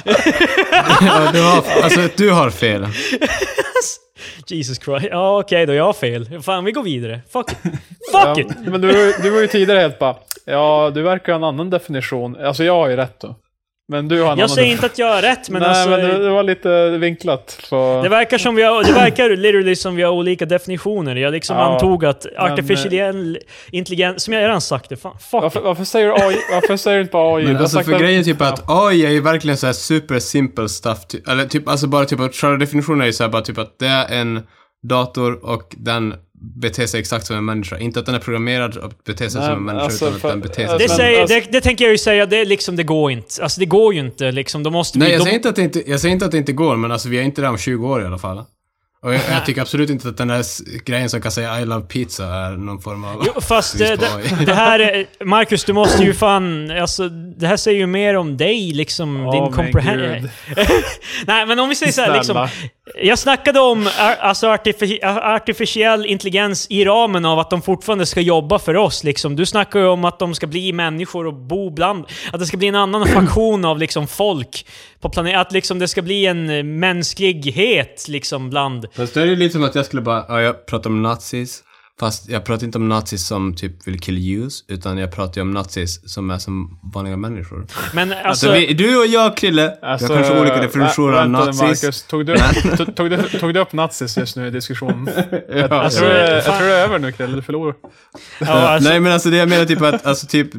Ja, du har fel. Jesus Christ. Ja, okej då, jag har fel. Fan, vi går vidare. Fuck it. Fuck it! Men du var ju tidigare helt bara, ja, du verkar ha en annan definition. Alltså jag har ju rätt då. Men du har en annan Jag säger inte att jag har rätt, men Nej, alltså... men det var lite vinklat. Så... Det verkar literally som vi har olika definitioner. Jag liksom antog att artificiell intelligens... Som jag redan sagt det. Fan, fuck. Varför säger du AI? Varför säger du inte bara AI? Men alltså för grejen är typ att AI är ju verkligen så här super simple stuff. Eller typ, alltså bara typ att själva definitionen är ju så här bara typ att det är en dator och den beter sig exakt som en människa. Inte att den är programmerad att bete sig som en människa, alltså, utan att den beter sig Det tänker jag ju säga, det går inte. Alltså det går ju inte, liksom. Då måste Nej, jag säger inte att det inte går, men alltså vi är inte där om 20 år i alla fall. Och jag tycker absolut inte att den här grejen som kan säga I love pizza är någon form av... Jo, fast det här är... Marcus, du måste ju fan... Alltså, det här säger ju mer om dig, liksom. Din comprehension. Nej, men om vi säger så här, liksom... Jag snackade om alltså artificiell intelligens i ramen av att de fortfarande ska jobba för oss, liksom. Du snackar ju om att de ska bli människor och bo bland... Att det ska bli en annan faktion av, liksom, folk på planeten. Att, liksom, det ska bli en mänsklighet, liksom, bland... Fast det är ju lite som att jag skulle bara... jag pratar om nazis. Fast jag pratar inte om nazis som typ vill kill Jews, utan jag pratar ju om nazis som är som vanliga människor. Men alltså du och jag, Krille, alltså, vi har kanske olika definitioner av nazis. Marcus, tog du upp nazis just nu i diskussionen? Jag tror det är över nu, Krille, du förlorar. Nej, men alltså det jag menar typ att alltså typ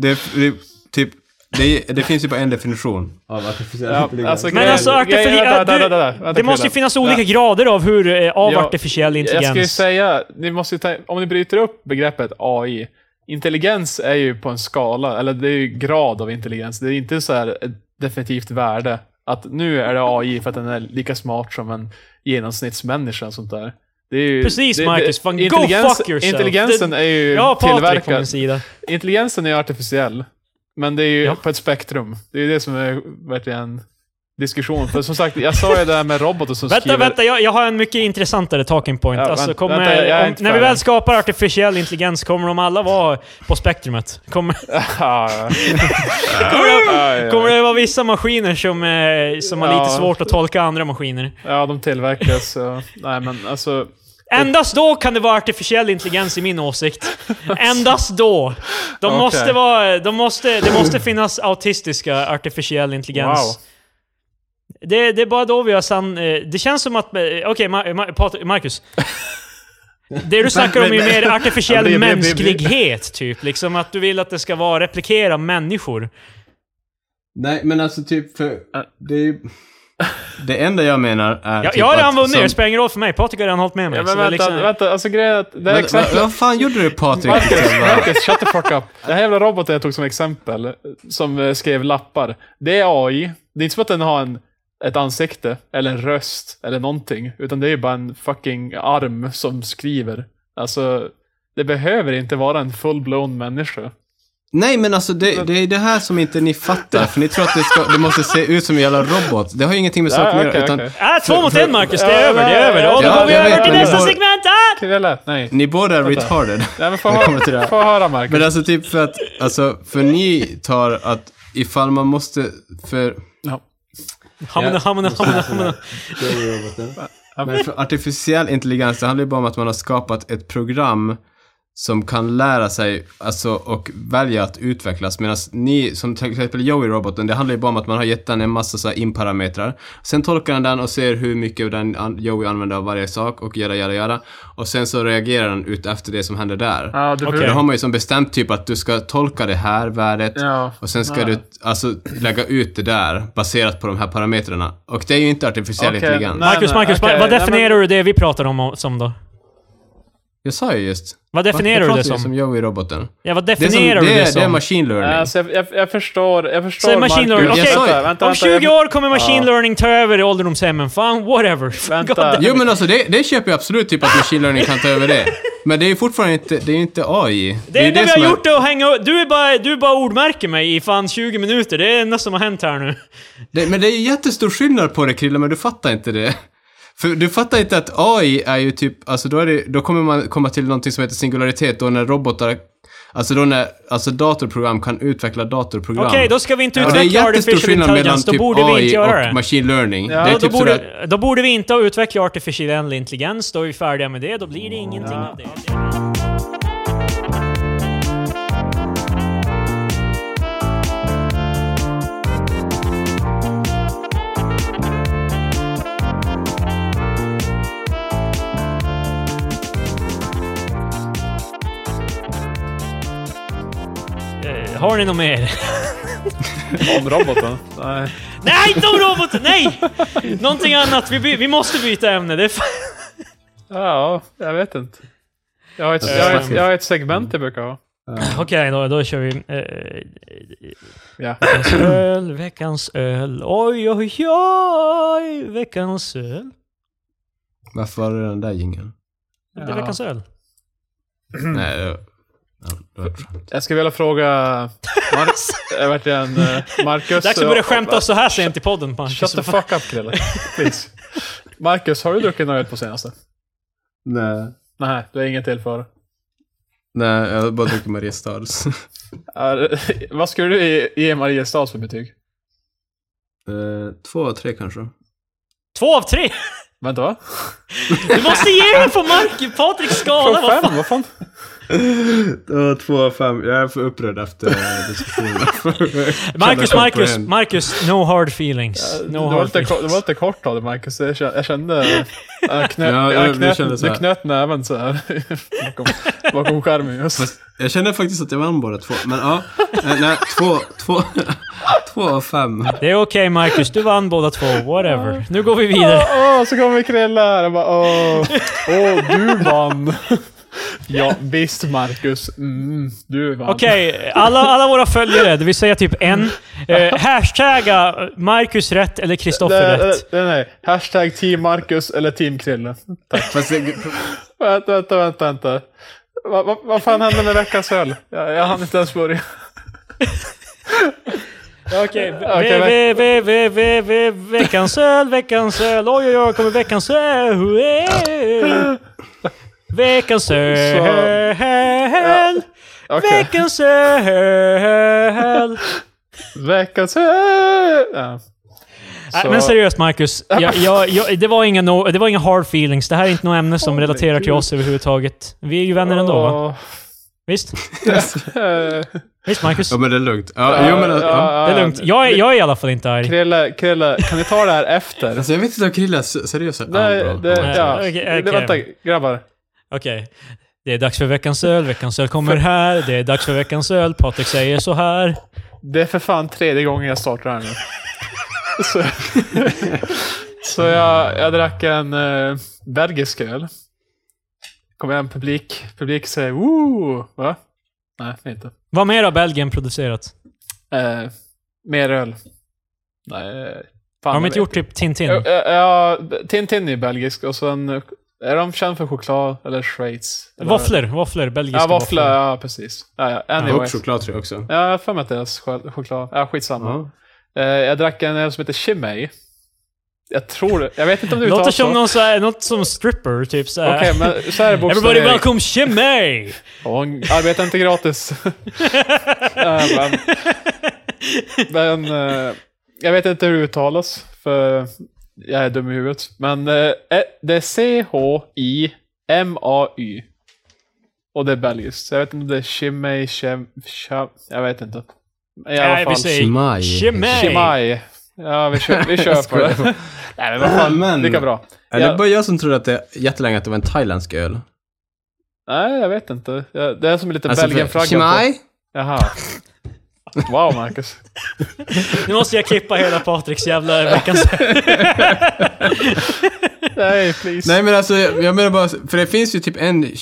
det finns ju bara en definition av artificiell intelligens. Det måste ju finnas olika grader av artificiell intelligens. Jag ska ju säga, om ni bryter upp begreppet AI, intelligens är ju på en skala, eller det är ju grad av intelligens. Det är inte så här ett definitivt värde att nu är det AI för att den är lika smart som en genomsnittsmänniska och sånt där. Det är ju, precis, Marcus. Go fuck yourself. Intelligensen är ju Patrik på min sida. Intelligensen är artificiell. Men det är ju på ett spektrum. Det är ju det som är verkligen diskussion. För som sagt, jag sa ju det här med robotar som skriver... Vänta, jag har en mycket intressantare talking point. Ja, alltså, när vi väl skapar artificiell intelligens kommer de alla vara på spektrumet. Kommer det vara vissa maskiner som har lite svårt att tolka andra maskiner? Ja, de tillverkas. Nej, men alltså... Endast då kan det vara artificiell intelligens i min åsikt. Endast då. Det måste finnas autistiska artificiell intelligens. Wow. Det är bara då vi har det känns som att... Okej, Marcus. Det du snackar om är mer artificiell mänsklighet, typ. Liksom att du vill att det ska vara replikera människor. Nej, men alltså typ för... Det är ju... Det enda jag menar är... Jag har redan vunnit, det spelar ingen roll för mig. Patrik har redan hållit med mig. Ja, men vänta, alltså grejen är att... Det är exakt... Vad fan gjorde du, Patrik? Marcus, shut the fuck up. Det här jävla roboten jag tog som exempel, som skrev lappar. Det är AI. Det är inte som att den har en ett ansikte eller en röst eller någonting, utan det är ju bara en fucking arm som skriver. Alltså, det behöver inte vara en full-blown människa. Nej, men alltså det är det här som inte ni fattar. För ni tror att det måste se ut som en jävla robot. Det har ju ingenting med saken att göra. Utan... 2 mot 1, Marcus. Det är över. Det är över. Då går vi över till nästa segment. Nej. Ni båda är retarded. Nej, men få höra, Marcus. Men alltså typ för att... Alltså, för ni tar att ifall man måste... För... Ja. Hamna. Men för artificiell intelligens, det handlar ju bara om att man har skapat ett program som kan lära sig alltså, och välja att utvecklas. Medan ni, som till exempel Joey-roboten, det handlar ju bara om att man har gett den en massa så här in-parametrar. Sen tolkar den och ser hur mycket den Joey använder av varje sak och göra. Och sen så reagerar den ut efter det som händer där. Ja, Då har man ju som bestämt typ att du ska tolka det här värdet och sen ska du alltså lägga ut det där baserat på de här parametrarna. Och det är ju inte artificiell intelligens. Marcus, vad definierar du det vi pratar om som då? Jag sa ju just. Vad definierar du det som Joey-roboten? Ja, vad definierar du det som? Det är machine learning. Alltså, jag förstår. Så machine learning. Okej, vänta, om 20 år kommer machine learning ta över ålderdomshemmen. Fan, whatever. Vänta. Jo, men alltså det köper jag absolut typ att machine learning kan ta över det. Men det är ju fortfarande inte, det är inte AI. Det enda vi har gjort är att hänga... Du bara ordmärker mig i fan 20 minuter. Det är det enda som har hänt här nu. Men det är ju jättestor skillnad på det, Krille, men du fattar inte det. För du fattar inte att AI är ju typ, alltså då kommer man komma till någonting som heter singularitet, då när robotar, alltså datorprogram kan utveckla datorprogram. Okej, då ska vi inte utveckla det är jättestor artificial skillnad mellan intelligence, då typ borde vi AI inte göra och det. machine learning. Ja, det är typ då borde vi inte utveckla artificiell intelligens, då är vi färdiga med det, då blir det ingenting av det. Har ni något mer? Om roboten? Nej, inte om roboten! Nej! Någonting annat. Vi måste byta ämne. Det är ja, jag vet inte. Jag har ett segment jag brukar ha. Okej, då kör vi. Ja. Veckans öl. Oj. Veckans öl. Varför var det den där jingeln? Det är veckans öl. Nej, jag skulle vilja fråga Marcus. Dags att börja skämta så här sent i podden. Shut the fuck up, Krille. Please. Marcus, har du druckit något på senaste? Nej, du har inget till för. Nej, jag har bara druckit Mariestads. Vad skulle du ge Mariestads för betyg? 2 av 3 kanske. 2 av 3? Vänta, va? Du måste ge mig på Marcus. Patriks skala. Vad fan? 2 av 5. Jag är för upprörd efter diskussionen. Marcus, no hard feelings. Det var lite kort av det, Marcus. Jag kände... Du knöt näven så här bakom skärmen just. Jag kände faktiskt att jag vann båda 2. Men ja, nej, 2 av 5. Det är okej, Marcus. Du vann båda 2. Whatever. Nu går vi vidare. Så kommer vi Krille här. Jag bara, du vann. Ja, visst Marcus. Du vann. Okej, alla våra följare, det vill säga typ en. Hashtagga Marcus rätt eller Kristoffer rätt. Nej. Hashtag team Marcus eller team Krille. Tack. Vänta. Vad fan hände med veckans öl? Jag hann inte ens börja. Okej, veckans öl. Oj, kommer veckans öl. Veckans öl. Veckans öl. Veckans öl. Ja. Men seriöst, Marcus. Det var inga hard feelings. Det här är inte något ämne som relaterar till oss överhuvudtaget. Vi är ju vänner ändå, va? Visst? Visst, Marcus? Ja, men det är lugnt. Det är lugnt. Jag är i alla fall inte arg. Krille, kan ni ta det här efter? Alltså, jag vet inte om Krille är seriös. Vänta, grabbar. Okej. Det är dags för veckans öl. Veckans öl kommer här. Det är dags för veckans öl. Patrik säger så här. Det är för fan 3:e gången jag startar här nu. Så jag drack en belgisk öl. Kommer en publik säger woo, va? Nej, inte. Vad mer har Belgien producerat? Mer öl. Nej, Har de inte gjort typ Tintin? Ja, Tintin är belgisk och sen är de känd för choklad eller Schweiz? Våfflor, belgiska våfflor. Ja, precis. Och choklad tror jag också. Ja, jag har för mig att det är choklad. Ja, skitsamma. Jag drack en öl som heter Chimay. Jag vet inte om du uttalar låter som något som stripper, typ såhär. Okej, men så här är bokstavligt. Everybody welcome Chimay! Hon arbetar inte gratis. men jag vet inte hur det uttalas, för jag är dum i huvudet. Men det är C-H-I-M-A-Y. Och det är belgiskt. Så jag vet inte om det är Chimay, jag vet inte. I alla fall. Chimay. Ja, vi kör på det. Nej, men vad fan, lika bra. Är det bara jag som tror att det är jättelänge att det var en thailändsk öl? Nej, jag vet inte. Det är som en liten Belgien-flagga Chimay? Jaha. Wow, Marcus. Nu måste jag klippa hela Patriks jävla veckans. Nej, please. Nej, men alltså, jag menar bara, för det finns ju typ en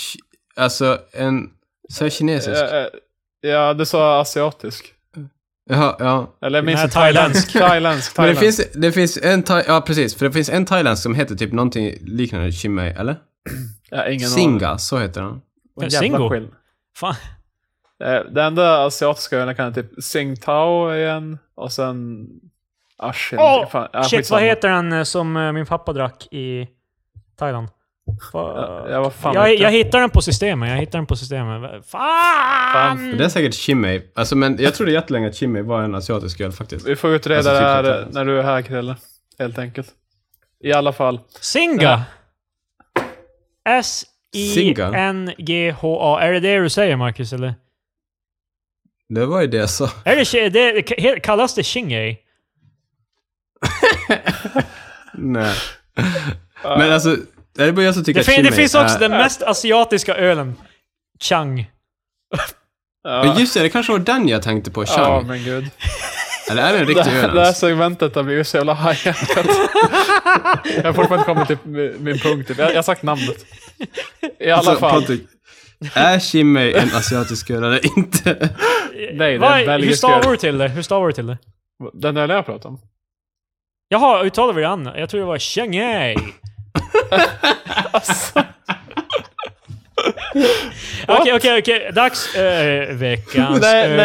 så kinesisk. Ja, det sa asiatisk. Ja. Eller minst thailändsk. Men det finns en ja, precis, för det finns en thailändsk som heter typ någonting liknande Chimay, eller? Ja, ingen Singa, så heter den. Singo? Fan. Det enda asiatiska ölen kan typ Tsingtao igen och sen shit, vad heter den som min pappa drack i Thailand? Jag hittar den på systemet. Fan! Det är säkert Chimay. Alltså, men jag trodde jättelänge att Chimay var en asiatisk öl faktiskt. Vi får utreda det här när du är här, Krille. Helt enkelt. I alla fall. Singa! S-I-N-G-H-A. Är det du säger, Marcus, eller? Det var ju det jag sa. Kallas det Chingay? Nej. Men alltså, det är bara jag som tycker att Chimay det finns också den mest asiatiska ölen. Chang. Men just det kanske var den jag tänkte på, Chang. Ja, men gud. Eller är det en riktig öl? Det här segmentet har blivit så jävla hajat. Jag har fortfarande kommit till min punkt. Jag har sagt namnet. I alla fall. Patrik, är Chimay en asiatisk öl eller inte? Nej, det är en belgisk Hur stavar du till det? Den öl jag pratar om. Jaha, uttalar vi det annat? Jag tror det var Changay. Alltså. Okej. Dags veckans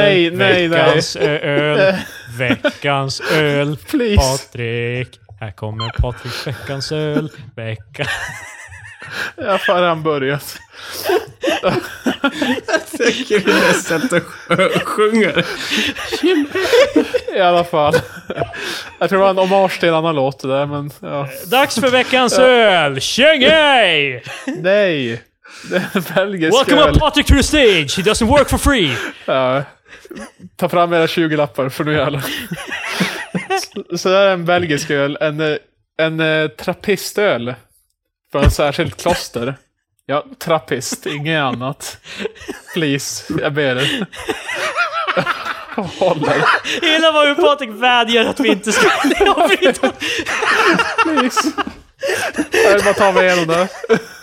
öl. Veckans öl. Please. Patrik. Här kommer Patriks veckans öl. Jag får redan börjat. Jag tycker det är sätt att sjunga. I alla fall. Jag tror det var en hommage till en annan låt där, men ja. Dags för veckans öl. Changay! Nej. Det är belgisk Welcome up Patrick to the stage. He doesn't work for free. Ja. Ta fram era 20-lappar för nu jävlar. Så det är en belgisk öl. En trappistöl. Från ett särskilt kloster. Ja, trappist. Inget annat. Please. Jag ber dig. Håller. Hela vad Patrik vädjar att vi inte ska avbryta. Please. Jag vill bara ta mig igenom det.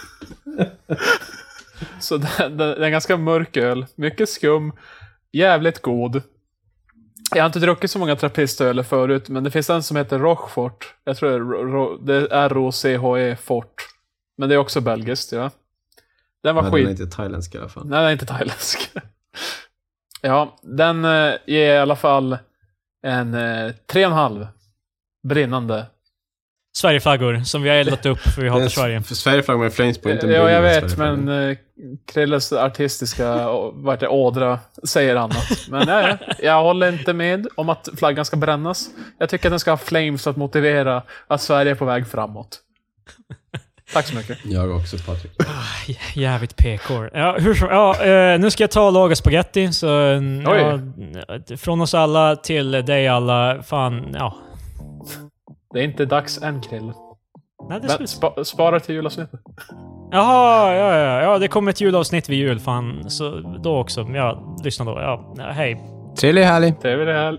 Så det är en ganska mörk öl. Mycket skum. Jävligt god. Jag har inte druckit så många trappistöler förut, men det finns en som heter Rochefort. Jag tror det är R-O-C-H-E Fort. Men det är också belgiskt, ja. Den var skit. Den är inte thailändsk i alla fall. Nej, den är inte thailändsk. Ja, den ger i alla fall en 3,5 brinnande. Sverigeflaggor som vi har eldat upp för vi hatar Sverige. För Sverigeflaggor med flames på inte. Ja, jag vet, men Krilles artistiska ådra säger annat. Men nej, jag håller inte med om att flaggan ska brännas. Jag tycker att den ska ha flames för att motivera att Sverige är på väg framåt. Tack så mycket. Jag också, Patrik. Jävligt PK. Ja, nu ska jag ta och laga spaghetti. Så, från oss alla till dig alla. Fan, ja. Det är inte dags än, Krill. Nej, det spara till julavsnittet. Jaha, ja, det kommer ett julavsnitt vid jul, fan. Så då också. Ja, lyssna då. Ja, hej. Trevlig helg. Trevlig helg.